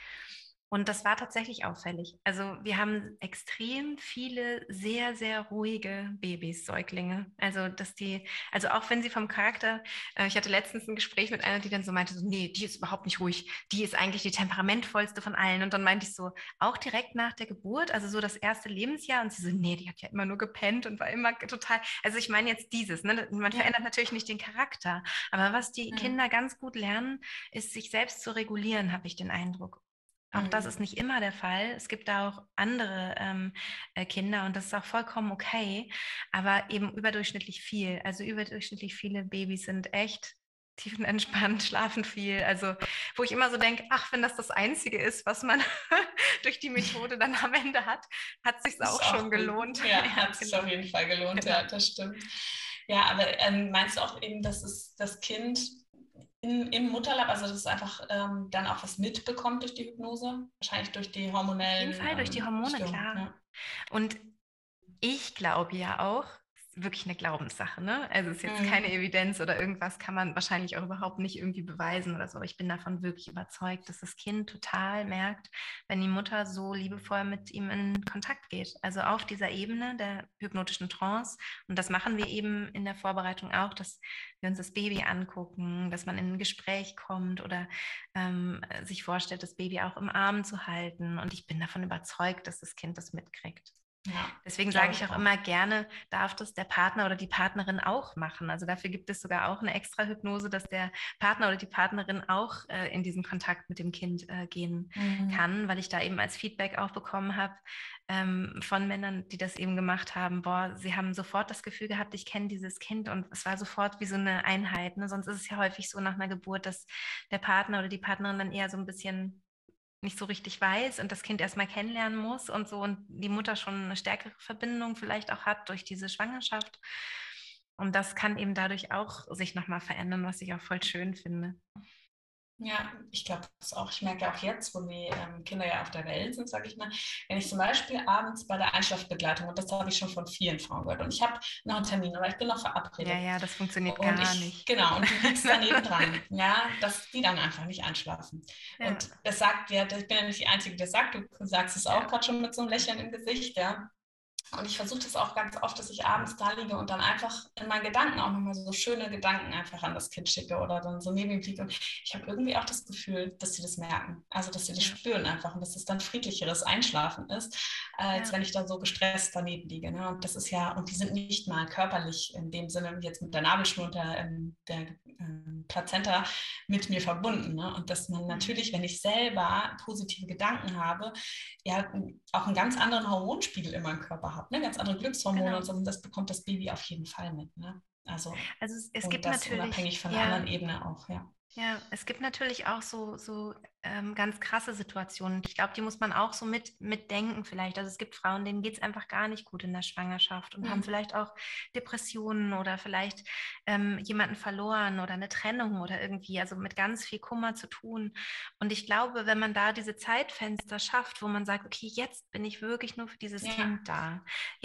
Und das war tatsächlich auffällig. Also wir haben extrem viele sehr, sehr ruhige Babys, Säuglinge. Also dass die, also auch wenn sie vom Charakter, äh, ich hatte letztens ein Gespräch mit einer, die dann so meinte, so, nee, die ist überhaupt nicht ruhig, die ist eigentlich die temperamentvollste von allen. Und dann meinte ich so, auch direkt nach der Geburt, also so das erste Lebensjahr. Und sie so, nee, die hat ja immer nur gepennt und war immer total, also ich meine jetzt dieses, ne? Man Ja, verändert natürlich nicht den Charakter, aber was die ja. Kinder ganz gut lernen, ist sich selbst zu regulieren, habe ich den Eindruck. Auch das ist Mhm. nicht immer der Fall. Es gibt da auch andere ähm, äh, Kinder und das ist auch vollkommen okay, aber eben überdurchschnittlich viel. Also überdurchschnittlich viele Babys sind echt tiefenentspannt, schlafen viel. Also wo ich immer so denke, ach, wenn das das Einzige ist, was man durch die Methode dann am Ende hat, hat sich's Ist auch schon auch gut. gelohnt. Ja, Ja, hat es genau, auf jeden Fall gelohnt, genau. ja, das stimmt. Ja, aber ähm, meinst du auch eben, dass es das Kind in, im Mutterleib, also dass es einfach ähm, dann auch was mitbekommt durch die Hypnose? Wahrscheinlich durch die Auf jeden hormonellen Fall durch die ähm, Hormone, Störungen, klar. ja. Und ich glaube ja auch, ist wirklich eine Glaubenssache, ne? Also es ist jetzt keine Mhm. Evidenz oder irgendwas kann man wahrscheinlich auch überhaupt nicht irgendwie beweisen oder so. Aber ich bin davon wirklich überzeugt, dass das Kind total merkt, wenn die Mutter so liebevoll mit ihm in Kontakt geht. Also auf dieser Ebene der hypnotischen Trance. Und das machen wir eben in der Vorbereitung auch, dass wir uns das Baby angucken, dass man in ein Gespräch kommt oder ähm, sich vorstellt, das Baby auch im Arm zu halten. Und ich bin davon überzeugt, dass das Kind das mitkriegt. Ja, Deswegen glaube sage ich ich auch auch. immer gerne, darf das der Partner oder die Partnerin auch machen. Also dafür gibt es sogar auch eine extra Hypnose, dass der Partner oder die Partnerin auch äh, in diesen Kontakt mit dem Kind äh, gehen Mhm. kann, weil ich da eben als Feedback auch bekommen habe ähm, von Männern, die das eben gemacht haben. Boah, sie haben sofort das Gefühl gehabt, ich kenne dieses Kind und es war sofort wie so eine Einheit. Ne? Sonst ist es ja häufig so nach einer Geburt, dass der Partner oder die Partnerin dann eher so ein bisschen nicht so richtig weiß und das Kind erstmal kennenlernen muss und so und die Mutter schon eine stärkere Verbindung vielleicht auch hat durch diese Schwangerschaft. Und das kann eben dadurch auch sich nochmal verändern, was ich auch voll schön finde. Ja, ich glaube das auch. Ich merke ja auch jetzt, wo die ähm, Kinder ja auf der Welt sind, sage ich mal, wenn ich zum Beispiel abends bei der Einschlafbegleitung, und das habe ich schon von vielen Frauen gehört, und ich habe noch einen Termin oder ich bin noch Ja, verabredet ja, das funktioniert und gar ich, nicht. genau, und du liegst daneben dran, ja, dass die dann einfach nicht einschlafen. Ja, Und das sagt ja, ich bin ja nicht die Einzige, die das sagt, du sagst es auch ja, gerade schon mit so einem Lächeln im Gesicht, ja. Und ich versuche das auch ganz oft, dass ich abends da liege und dann einfach in meinen Gedanken auch nochmal so schöne Gedanken einfach an das Kind schicke oder dann so neben ihm liege. Und ich habe irgendwie auch das Gefühl, dass sie das merken. Also, dass sie das ja, spüren einfach und dass es dann friedlicheres Einschlafen ist, als ja, wenn ich da so gestresst daneben liege. Ne? Und das ist ja, und die sind nicht mal körperlich in dem Sinne, wie jetzt mit der Nabelschnur und der, ähm, der ähm, Plazenta mit mir verbunden. Ne? Und dass man mhm, natürlich, wenn ich selber positive Gedanken habe, ja auch einen ganz anderen Hormonspiegel in meinem Körper habe, ne? Ganz andere Glückshormone und genau. so, und das bekommt das Baby auf jeden Fall mit. Ne? Also, Also es, es und gibt das natürlich, unabhängig von der ja, anderen Ebene auch, ja. ja, es gibt natürlich auch so, so ähm, ganz krasse Situationen. Ich glaube, die muss man auch so mit, mitdenken vielleicht. Also es gibt Frauen, denen geht es einfach gar nicht gut in der Schwangerschaft und haben Mhm. vielleicht auch Depressionen oder vielleicht ähm, jemanden verloren oder eine Trennung oder irgendwie, also mit ganz viel Kummer zu tun. Und ich glaube, wenn man da diese Zeitfenster schafft, wo man sagt, okay, jetzt bin ich wirklich nur für dieses Ja, Kind da. Jetzt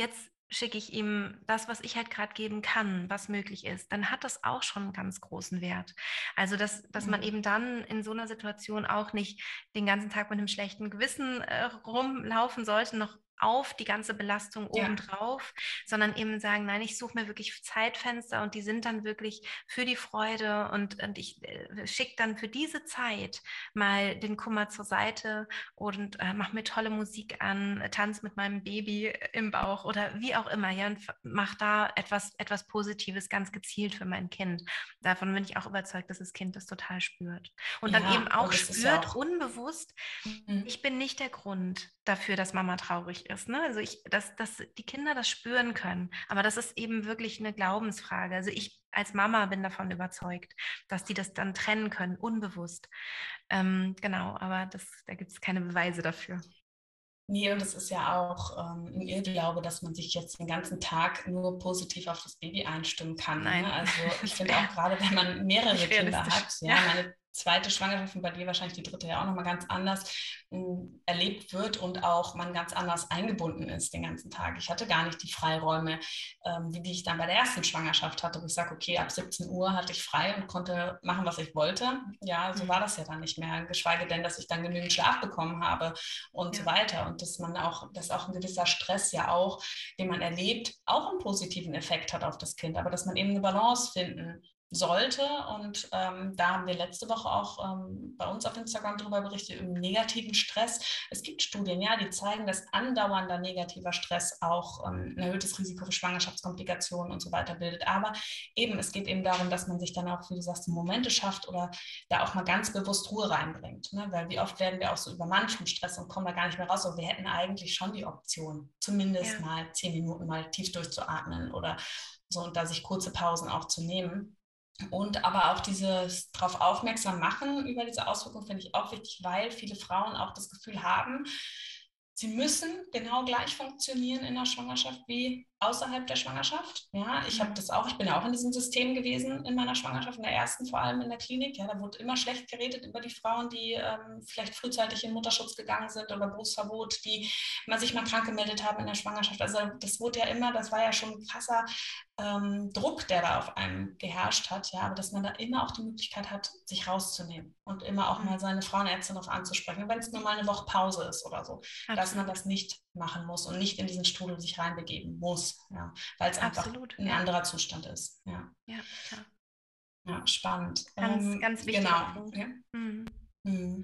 schicke ich ihm das, was ich halt gerade geben kann, was möglich ist, dann hat das auch schon einen ganz großen Wert. Also, dass, dass man eben dann in so einer Situation auch nicht den ganzen Tag mit einem schlechten Gewissen äh, rumlaufen sollte, noch auf die ganze Belastung Ja. obendrauf, sondern eben sagen, nein, ich suche mir wirklich Zeitfenster und die sind dann wirklich für die Freude und, und ich äh, schicke dann für diese Zeit mal den Kummer zur Seite und äh, mache mir tolle Musik an, tanze mit meinem Baby im Bauch oder wie auch immer, ja, und mache da etwas, etwas Positives ganz gezielt für mein Kind. Davon bin ich auch überzeugt, dass das Kind das total spürt. Und dann eben Ja, auch und es ist ja spürt, auch, unbewusst, mhm. ich bin nicht der Grund dafür, dass Mama traurig ist. Ne? Also ich, dass, dass die Kinder das spüren können. Aber das ist eben wirklich eine Glaubensfrage. Also ich als Mama bin davon überzeugt, dass die das dann trennen können, unbewusst. Ähm, genau, aber das, da gibt es keine Beweise dafür. Nee, und es ist ja auch ähm, ein Irrglaube, dass man sich jetzt den ganzen Tag nur positiv auf das Baby einstimmen kann. Ne? Nein, Also ich das finde wäre auch gerade, wenn man mehrere nicht Kinder realistisch. hat, Ja. ja, meine zweite Schwangerschaft und bei dir wahrscheinlich die dritte ja auch nochmal ganz anders ähm, erlebt wird und auch man ganz anders eingebunden ist den ganzen Tag. Ich hatte gar nicht die Freiräume, ähm, wie die ich dann bei der ersten Schwangerschaft hatte, wo ich sage, okay, ab siebzehn Uhr hatte ich frei und konnte machen, was ich wollte. Ja, so Mhm. war das ja dann nicht mehr, geschweige denn, dass ich dann genügend Schlaf bekommen habe und Ja. so weiter. Und dass man auch, dass auch ein gewisser Stress ja auch, den man erlebt, auch einen positiven Effekt hat auf das Kind, aber dass man eben eine Balance finden sollte. Und ähm, da haben wir letzte Woche auch ähm, bei uns auf Instagram darüber berichtet, über negativen Stress. Es gibt Studien, ja, die zeigen, dass andauernder negativer Stress auch ähm, ein erhöhtes Risiko für Schwangerschaftskomplikationen und so weiter bildet. Aber eben, es geht eben darum, dass man sich dann auch, wie du sagst, Momente schafft oder da auch mal ganz bewusst Ruhe reinbringt. Ne? Weil wie oft werden wir auch so übermannt vom Stress und kommen da gar nicht mehr raus. Aber wir hätten eigentlich schon die Option, zumindest Ja. mal zehn Minuten mal tief durchzuatmen oder so und da sich kurze Pausen auch zu nehmen. Und aber auch dieses darauf aufmerksam machen über diese Auswirkungen finde ich auch wichtig, weil viele Frauen auch das Gefühl haben, sie müssen genau gleich funktionieren in der Schwangerschaft wie außerhalb der Schwangerschaft. Ja, ich habe das auch, ich bin ja auch in diesem System gewesen in meiner Schwangerschaft, in der ersten vor allem in der Klinik. Ja, da wurde immer schlecht geredet über die Frauen, die ähm, vielleicht frühzeitig in Mutterschutz gegangen sind oder Berufsverbot, die mal sich mal krank gemeldet haben in der Schwangerschaft. Also das wurde ja immer, das war ja schon ein krasser ähm, Druck, der da auf einem geherrscht hat. Ja, aber dass man da immer auch die Möglichkeit hat, sich rauszunehmen und immer auch mal seine Frauenärztin darauf anzusprechen, wenn es nur mal eine Woche Pause ist oder so, Absolut. dass man das nicht machen muss und nicht in diesen Strudel sich reinbegeben muss, ja, weil es einfach Absolut, ein ja. anderer Zustand ist. Ja, Ja, klar. ja, spannend. Ganz, Ähm, ganz wichtiger genau. Punkt. Ja. Mhm. Hm.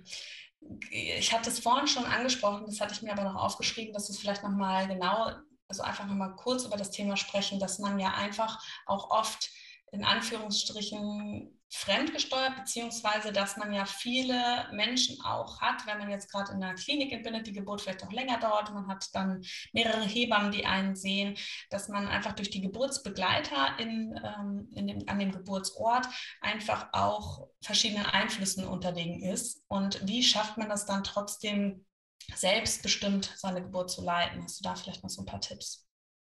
Ich hatte es vorhin schon angesprochen, das hatte ich mir aber noch aufgeschrieben, dass es vielleicht nochmal genau, also einfach nochmal kurz über das Thema sprechen, dass man ja einfach auch oft in Anführungsstrichen fremdgesteuert, beziehungsweise dass man ja viele Menschen auch hat, wenn man jetzt gerade in einer Klinik entbindet, die Geburt vielleicht auch länger dauert, man hat dann mehrere Hebammen, die einen sehen, dass man einfach durch die Geburtsbegleiter in, ähm, in dem, an dem Geburtsort einfach auch verschiedenen Einflüssen unterlegen ist. Und wie schafft man das dann trotzdem selbstbestimmt, seine Geburt zu leiten? Hast du da vielleicht noch so ein paar Tipps?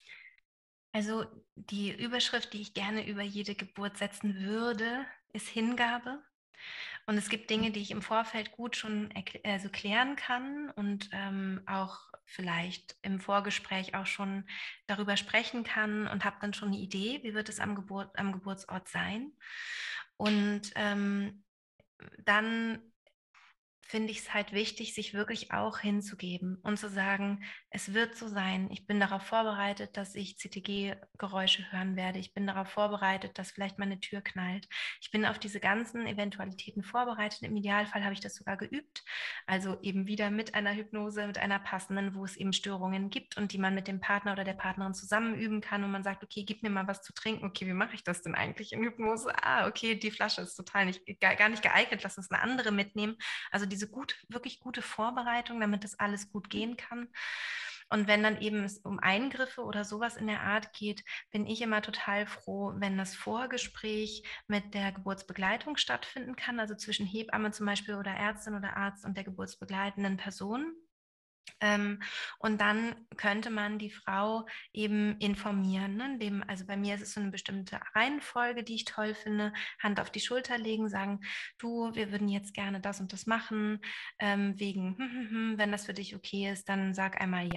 Also die Überschrift, die ich gerne über jede Geburt setzen würde, ist Hingabe. Und es gibt Dinge, die ich im Vorfeld gut schon also klären kann und ähm, auch vielleicht im Vorgespräch auch schon darüber sprechen kann und habe dann schon eine Idee, wie wird es am, Geburt, am Geburtsort sein. Und ähm, dann finde ich es halt wichtig, sich wirklich auch hinzugeben und zu sagen, es wird so sein. Ich bin darauf vorbereitet, dass ich C T G-Geräusche hören werde. Ich bin darauf vorbereitet, dass vielleicht meine Tür knallt. Ich bin auf diese ganzen Eventualitäten vorbereitet. Im Idealfall habe ich das sogar geübt. Also eben wieder mit einer Hypnose, mit einer passenden, wo es eben Störungen gibt und die man mit dem Partner oder der Partnerin zusammen üben kann und man sagt, okay, gib mir mal was zu trinken. Okay, wie mache ich das denn eigentlich in Hypnose? Ah, okay, die Flasche ist total nicht, gar nicht geeignet. Lass uns eine andere mitnehmen. Also diese gut, wirklich gute Vorbereitung, damit das alles gut gehen kann. Und wenn dann eben es um Eingriffe oder sowas in der Art geht, bin ich immer total froh, wenn das Vorgespräch mit der Geburtsbegleitung stattfinden kann, also zwischen Hebamme zum Beispiel oder Ärztin oder Arzt und der geburtsbegleitenden Person. Ähm, und dann könnte man die Frau eben informieren. Ne? Dem, also bei mir ist es so eine bestimmte Reihenfolge, die ich toll finde. Hand auf die Schulter legen, sagen, du, wir würden jetzt gerne das und das machen, ähm, wegen, hm, hm, hm, wenn das für dich okay ist, dann sag einmal ja.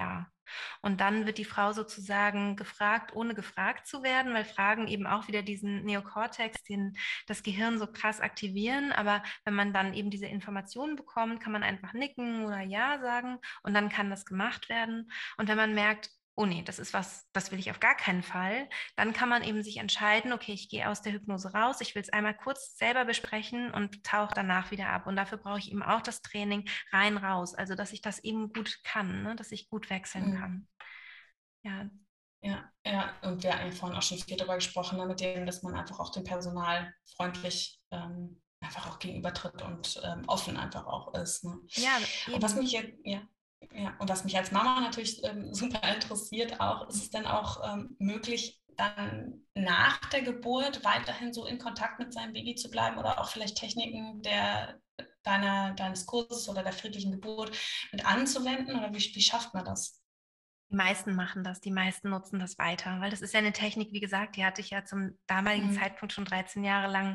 Und dann wird die Frau sozusagen gefragt, ohne gefragt zu werden, weil Fragen eben auch wieder diesen Neokortex, den das Gehirn so krass aktivieren. Aber wenn man dann eben diese Informationen bekommt, kann man einfach nicken oder ja sagen und dann kann das gemacht werden. Und wenn man merkt, oh nee, das ist was, das will ich auf gar keinen Fall, dann kann man eben sich entscheiden, okay, ich gehe aus der Hypnose raus, ich will es einmal kurz selber besprechen und tauche danach wieder ab. Und dafür brauche ich eben auch das Training rein, raus, also dass ich das eben gut kann, ne? Dass ich gut wechseln Mhm. kann. Ja. Ja, ja, und wir haben ja vorhin auch schon viel darüber gesprochen, ne, mit dem, dass man einfach auch dem Personal freundlich ähm, einfach auch gegenübertritt und ähm, offen einfach auch ist. Ne? Ja, und was eben. mich jetzt, ja, ja, und was mich als Mama natürlich ähm, super interessiert auch, ist es denn auch ähm, möglich, dann nach der Geburt weiterhin so in Kontakt mit seinem Baby zu bleiben oder auch vielleicht Techniken der, deiner, deines Kurses oder der friedlichen Geburt mit anzuwenden oder wie, wie schafft man das? Die meisten machen das, die meisten nutzen das weiter, weil das ist ja eine Technik, wie gesagt, die hatte ich ja zum damaligen Mhm. Zeitpunkt schon dreizehn Jahre lang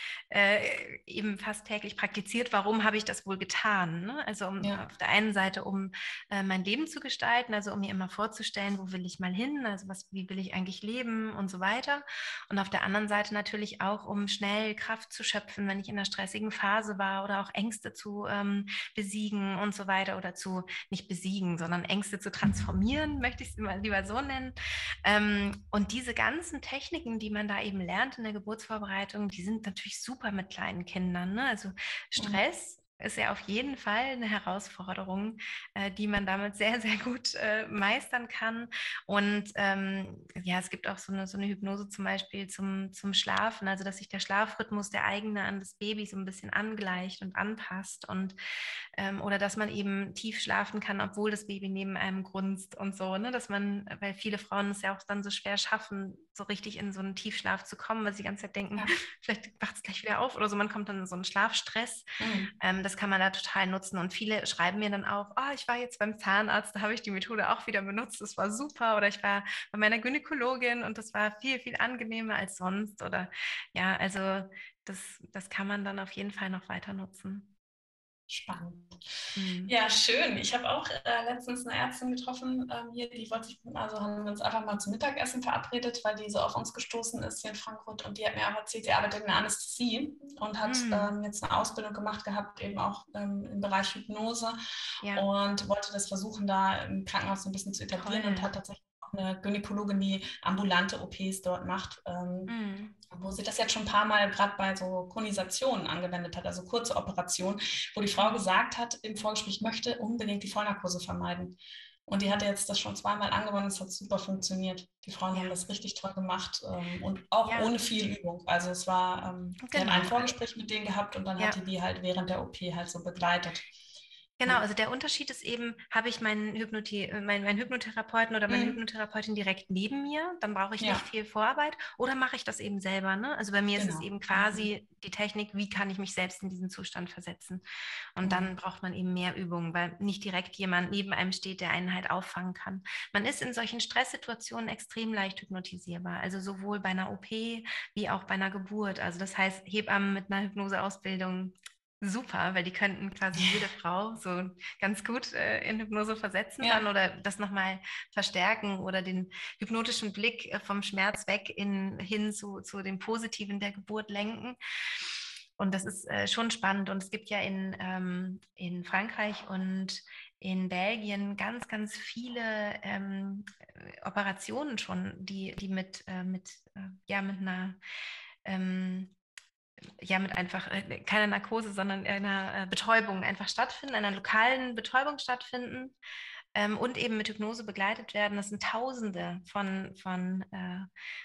äh, eben fast täglich praktiziert. Warum habe ich das wohl getan? Ne? Also um, Ja. auf der einen Seite, um äh, mein Leben zu gestalten, also um mir immer vorzustellen, wo will ich mal hin, also was, wie will ich eigentlich leben und so weiter. Und auf der anderen Seite natürlich auch, um schnell Kraft zu schöpfen, wenn ich in einer stressigen Phase war oder auch Ängste zu ähm, besiegen und so weiter oder zu, nicht besiegen, sondern Ängste zu transformieren, möchte ich es immer lieber so nennen. Ähm, und diese ganzen Techniken, die man da eben lernt in der Geburtsvorbereitung, die sind natürlich super mit kleinen Kindern. Ne? Also Stress ist ja auf jeden Fall eine Herausforderung, äh, die man damit sehr, sehr gut äh, meistern kann. Und ähm, ja, es gibt auch so eine, so eine Hypnose zum Beispiel zum, zum Schlafen, also dass sich der Schlafrhythmus der eigene an das Baby so ein bisschen angleicht und anpasst und ähm, oder dass man eben tief schlafen kann, obwohl das Baby neben einem grunzt und so, ne? Dass man, weil viele Frauen es ja auch dann so schwer schaffen, so richtig in so einen Tiefschlaf zu kommen, weil sie die ganze Zeit denken, Ja. vielleicht wacht es gleich wieder auf oder so, man kommt dann in so einen Schlafstress. Mhm. Ähm, das kann man da total nutzen und viele schreiben mir dann auch, oh, ich war jetzt beim Zahnarzt, da habe ich die Methode auch wieder benutzt, das war super, oder ich war bei meiner Gynäkologin und das war viel, viel angenehmer als sonst oder ja, also das, das kann man dann auf jeden Fall noch weiter nutzen. Spannend. Mhm. Ja, schön. Ich habe auch äh, letztens eine Ärztin getroffen, ähm, hier, die wollte sich, also haben wir uns einfach mal zum Mittagessen verabredet, weil die so auf uns gestoßen ist hier in Frankfurt und die hat mir auch erzählt, sie arbeitet in der Anästhesie und hat Mhm. ähm, jetzt eine Ausbildung gemacht gehabt, eben auch ähm, im Bereich Hypnose Ja, und wollte das versuchen, da im Krankenhaus so ein bisschen zu etablieren und toll. hat tatsächlich auch eine Gynäkologin, die ambulante O Ps dort macht. Ähm, Mhm. wo sie das jetzt schon ein paar Mal gerade bei so Konisationen angewendet hat, also kurze Operationen, wo die Frau Mhm. gesagt hat im Vorgespräch, ich möchte unbedingt die Vollnarkose vermeiden. Und die hatte jetzt das schon zweimal angewandt, es hat super funktioniert. Die Frauen haben Ja, das richtig toll gemacht ähm, und auch ja, ohne viel Übung. Also es war, ähm, die hat ein genau. Vorgespräch mit denen gehabt und dann hat Ja. die die halt während der O P halt so begleitet. Genau, Ja. also der Unterschied ist eben, habe ich meinen, Hypnoti meinen, meinen Hypnotherapeuten oder meine Mhm. Hypnotherapeutin direkt neben mir, dann brauche ich nicht Ja, viel Vorarbeit oder mache ich das eben selber. Ne? Also bei mir ist es genau. eben Mhm. quasi die Technik, wie kann ich mich selbst in diesen Zustand versetzen. Und dann Mhm. braucht man eben mehr Übungen, weil nicht direkt jemand neben einem steht, der einen halt auffangen kann. Man ist in solchen Stresssituationen extrem leicht hypnotisierbar, also sowohl bei einer O P wie auch bei einer Geburt. Also das heißt, Hebammen mit einer Hypnoseausbildung super, weil die könnten quasi jede Frau so ganz gut äh, in Hypnose versetzen dann Ja, oder das nochmal verstärken oder den hypnotischen Blick äh, vom Schmerz weg in, hin zu, zu dem Positiven der Geburt lenken. Und das ist äh, schon spannend. Und es gibt ja in, ähm, in Frankreich und in Belgien ganz, ganz viele ähm, Operationen schon, die, die mit, äh, mit, äh, ja, mit einer ähm, ja, mit einfach äh, keiner Narkose, sondern einer äh, Betäubung einfach stattfinden, einer lokalen Betäubung stattfinden ähm, und eben mit Hypnose begleitet werden. Das sind Tausende von, von äh,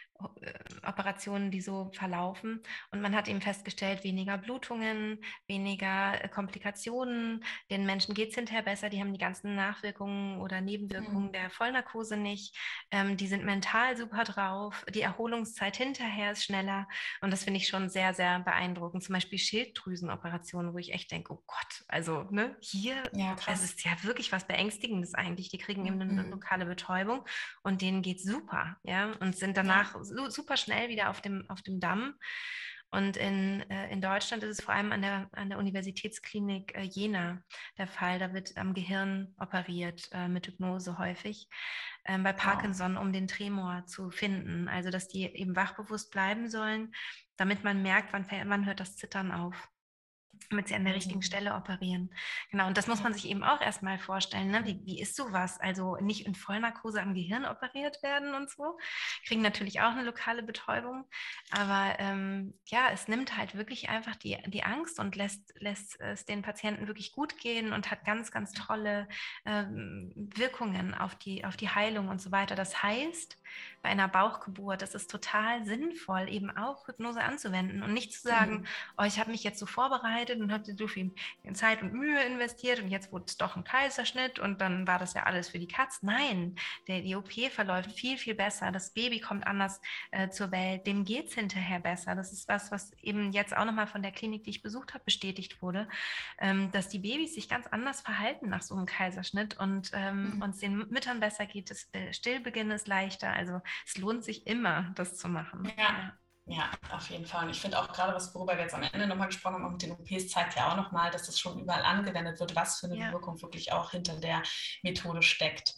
Operationen, die so verlaufen. Und man hat eben festgestellt, weniger Blutungen, weniger äh, Komplikationen. Den Menschen geht es hinterher besser. Die haben die ganzen Nachwirkungen oder Nebenwirkungen mhm. der Vollnarkose nicht. Ähm, die sind mental super drauf. Die Erholungszeit hinterher ist schneller. Und das finde ich schon sehr, sehr beeindruckend. Zum Beispiel Schilddrüsenoperationen, wo ich echt denke, oh Gott, also ne, hier, Ja, es krass. ist ja wirklich was Beängstigendes eigentlich. Die kriegen eben eine Mhm. lokale Betäubung und denen geht super, ja, und sind Ja. danach su super schnell wieder auf dem, auf dem Damm. Und in, äh, in Deutschland ist es vor allem an der, an der Universitätsklinik äh, Jena der Fall. Da wird am Gehirn operiert, äh, mit Hypnose häufig, ähm, bei Parkinson, um den Tremor zu finden. Also, dass die eben wachbewusst bleiben sollen, damit man merkt, wann, wann hört das Zittern auf, damit sie an der richtigen Stelle operieren. Genau, und das muss man sich eben auch erstmal vorstellen. Ne? Wie, wie ist sowas? Also nicht in Vollnarkose am Gehirn operiert werden und so. Kriegen natürlich auch eine lokale Betäubung. Aber ähm, ja, es nimmt halt wirklich einfach die, die Angst und lässt, lässt es den Patienten wirklich gut gehen und hat ganz, ganz tolle ähm, Wirkungen auf die, auf die Heilung und so weiter. Das heißt, bei einer Bauchgeburt, das ist total sinnvoll, eben auch Hypnose anzuwenden und nicht zu sagen, mhm. oh, ich habe mich jetzt so vorbereitet und habe so viel Zeit und Mühe investiert und jetzt wurde es doch ein Kaiserschnitt und dann war das ja alles für die Katz. Nein, der, die O P verläuft viel, viel besser. Das Baby kommt anders äh, zur Welt. Dem geht es hinterher besser. Das ist was, was eben jetzt auch nochmal von der Klinik, die ich besucht habe, bestätigt wurde, ähm, dass die Babys sich ganz anders verhalten nach so einem Kaiserschnitt und ähm, mhm. uns den Müttern besser geht. Das äh, Stillbeginn ist leichter. Also es lohnt sich immer, das zu machen. Ja. ja. Ja, auf jeden Fall. Und ich finde auch gerade, was worüber wir jetzt am Ende nochmal gesprochen haben, auch mit den O Ps, zeigt ja auch nochmal, dass das schon überall angewendet wird, was für eine ja. Wirkung wirklich auch hinter der Methode steckt.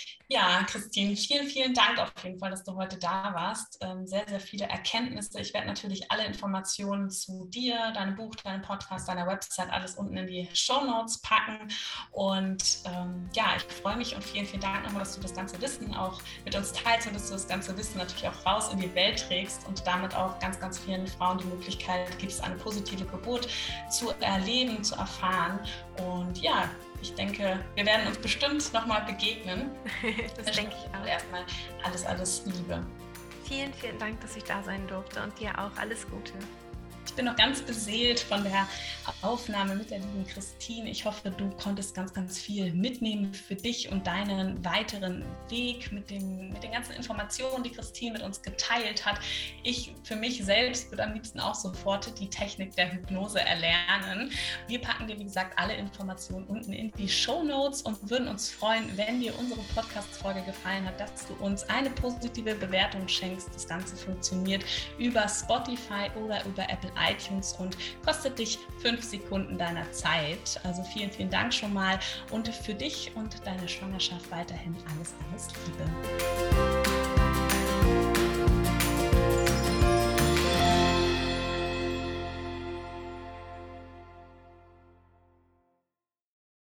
Ja, Christine, vielen, vielen Dank auf jeden Fall, dass du heute da warst. Ähm, sehr, sehr viele Erkenntnisse. Ich werde natürlich alle Informationen zu dir, deinem Buch, deinem Podcast, deiner Website, alles unten in die Shownotes packen. Und ähm, ja, ich freue mich und vielen, vielen Dank nochmal, dass du das ganze Wissen auch mit uns teilst und dass du das ganze Wissen natürlich auch raus in die Welt trägst und damit auch ganz, ganz vielen Frauen die Möglichkeit gibst, eine positive Geburt zu erleben, zu erfahren. Und ja, ich denke, wir werden uns bestimmt nochmal begegnen. Das denke ich auch. Erstmal alles, alles Liebe. Vielen, vielen Dank, dass ich da sein durfte und dir auch alles Gute. Ich bin noch ganz beseelt von der Aufnahme mit der lieben Christine. Ich hoffe, du konntest ganz, ganz viel mitnehmen für dich und deinen weiteren Weg mit, dem, mit den ganzen Informationen, die Christine mit uns geteilt hat. Ich für mich selbst würde am liebsten auch sofort die Technik der Hypnose erlernen. Wir packen dir, wie gesagt, alle Informationen unten in die Shownotes und würden uns freuen, wenn dir unsere Podcast-Folge gefallen hat, dass du uns eine positive Bewertung schenkst. Das Ganze funktioniert über Spotify oder über Apple iTunes und kostet dich fünf Sekunden deiner Zeit. Also vielen, vielen Dank schon mal und für dich und deine Schwangerschaft weiterhin alles, alles Liebe.